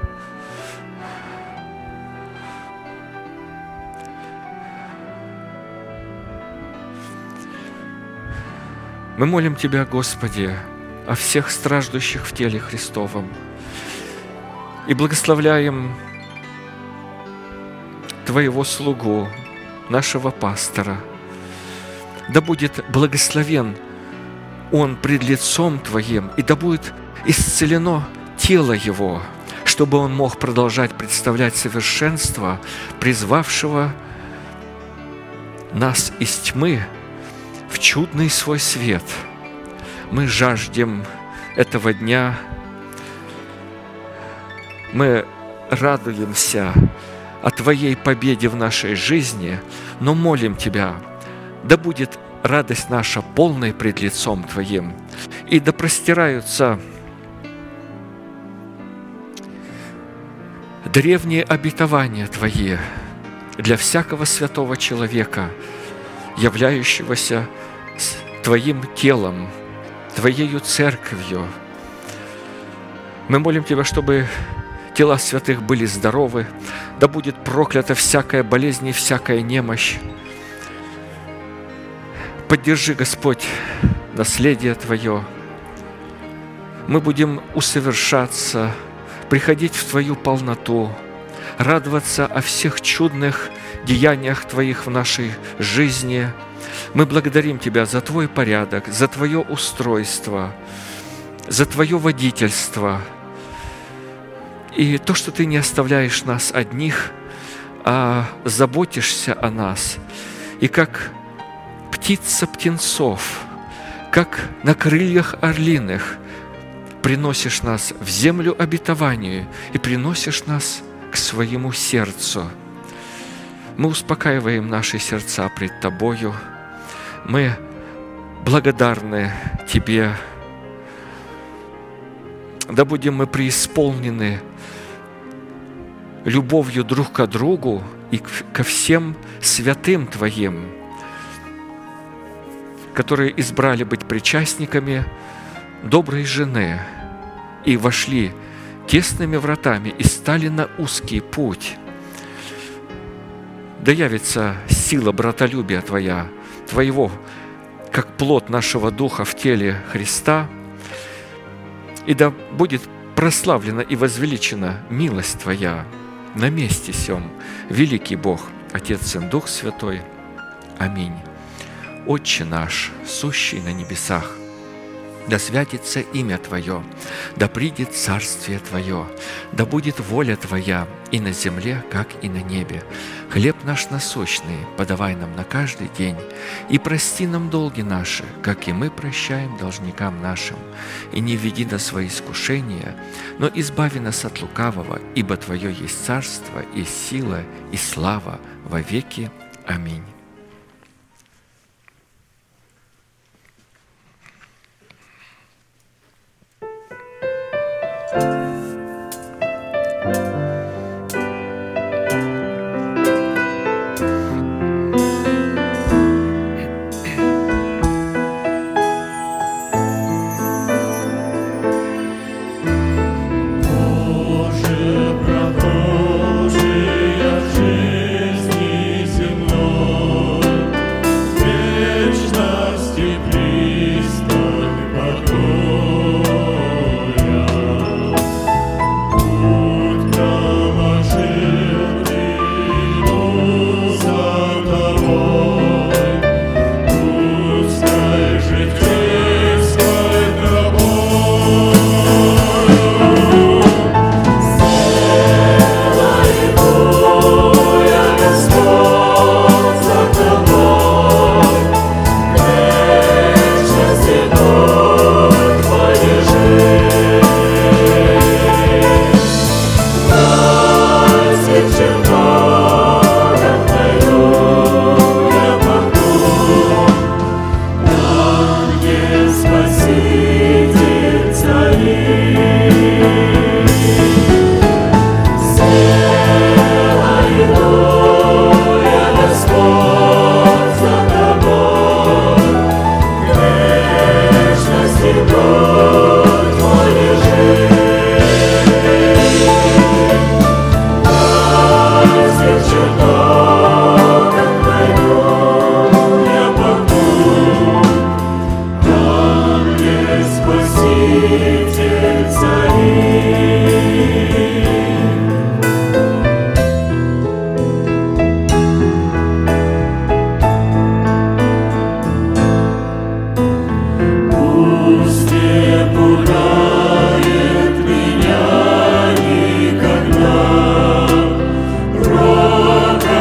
Мы молим Тебя, Господи, о всех страждущих в теле Христовом и благословляем Твоего слугу, нашего пастора. Да будет благословен он пред лицом Твоим, и да будет исцелено тело его, чтобы он мог продолжать представлять совершенство, призвавшего нас из тьмы в чудный свой свет. Мы жаждем этого дня, мы радуемся о Твоей победе в нашей жизни, но молим Тебя, да будет радость наша полной пред лицом Твоим, и да простираются древние обетования Твои для всякого святого человека, являющегося Твоим телом, Твоею церковью. Мы молим Тебя, чтобы тела святых были здоровы, да будет проклята всякая болезнь и всякая немощь. Поддержи, Господь, наследие Твое. Мы будем усовершаться, приходить в Твою полноту, радоваться о всех чудных деяниях Твоих в нашей жизни. Мы благодарим Тебя за Твой порядок, за Твое устройство, за Твое водительство. И то, что Ты не оставляешь нас одних, а заботишься о нас. И как птица птенцов, как на крыльях орлиных, приносишь нас в землю обетованию и приносишь нас к своему сердцу. Мы успокаиваем наши сердца пред Тобою. Мы благодарны Тебе. Да будем мы преисполнены любовью друг к другу и ко всем святым Твоим, которые избрали быть причастниками доброй жены и вошли тесными вратами и стали на узкий путь. Да явится сила братолюбия Твоя, Твоего, как плод нашего духа в теле Христа, и да будет прославлена и возвеличена милость Твоя на месте сем, великий Бог, Отец, Сын, Дух Святой. Аминь. Отче наш, сущий на небесах, Да святится имя Твое, да придет царствие Твое, да будет воля Твоя и на земле, как и на небе. Хлеб наш насущный подавай нам на каждый день, и прости нам долги наши, как и мы прощаем должникам нашим. И не введи нас в свои искушения, но избави нас от лукавого, ибо Твое есть царство, и сила, и слава во веки. Аминь. Никогда, Рога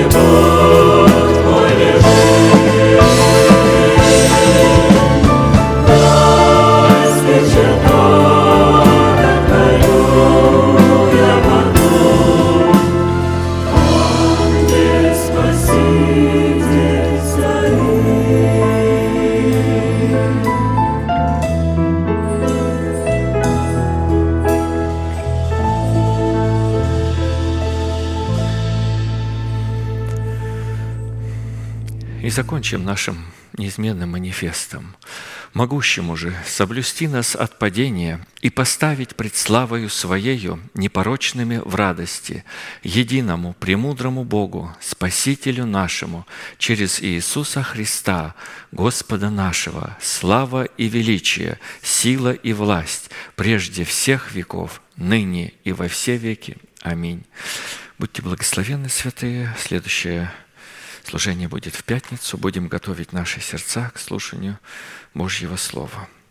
И закончим нашим неизменным манифестом. Могущему же соблюсти нас от падения и поставить пред славою Своею непорочными в радости, единому, премудрому Богу, Спасителю нашему, через Иисуса Христа, Господа нашего, слава и величие, сила и власть, прежде всех веков, ныне и во все веки. Аминь. Будьте благословенны, святые. Следующее служение будет в пятницу. Будем готовить наши сердца к слушанию Божьего Слова.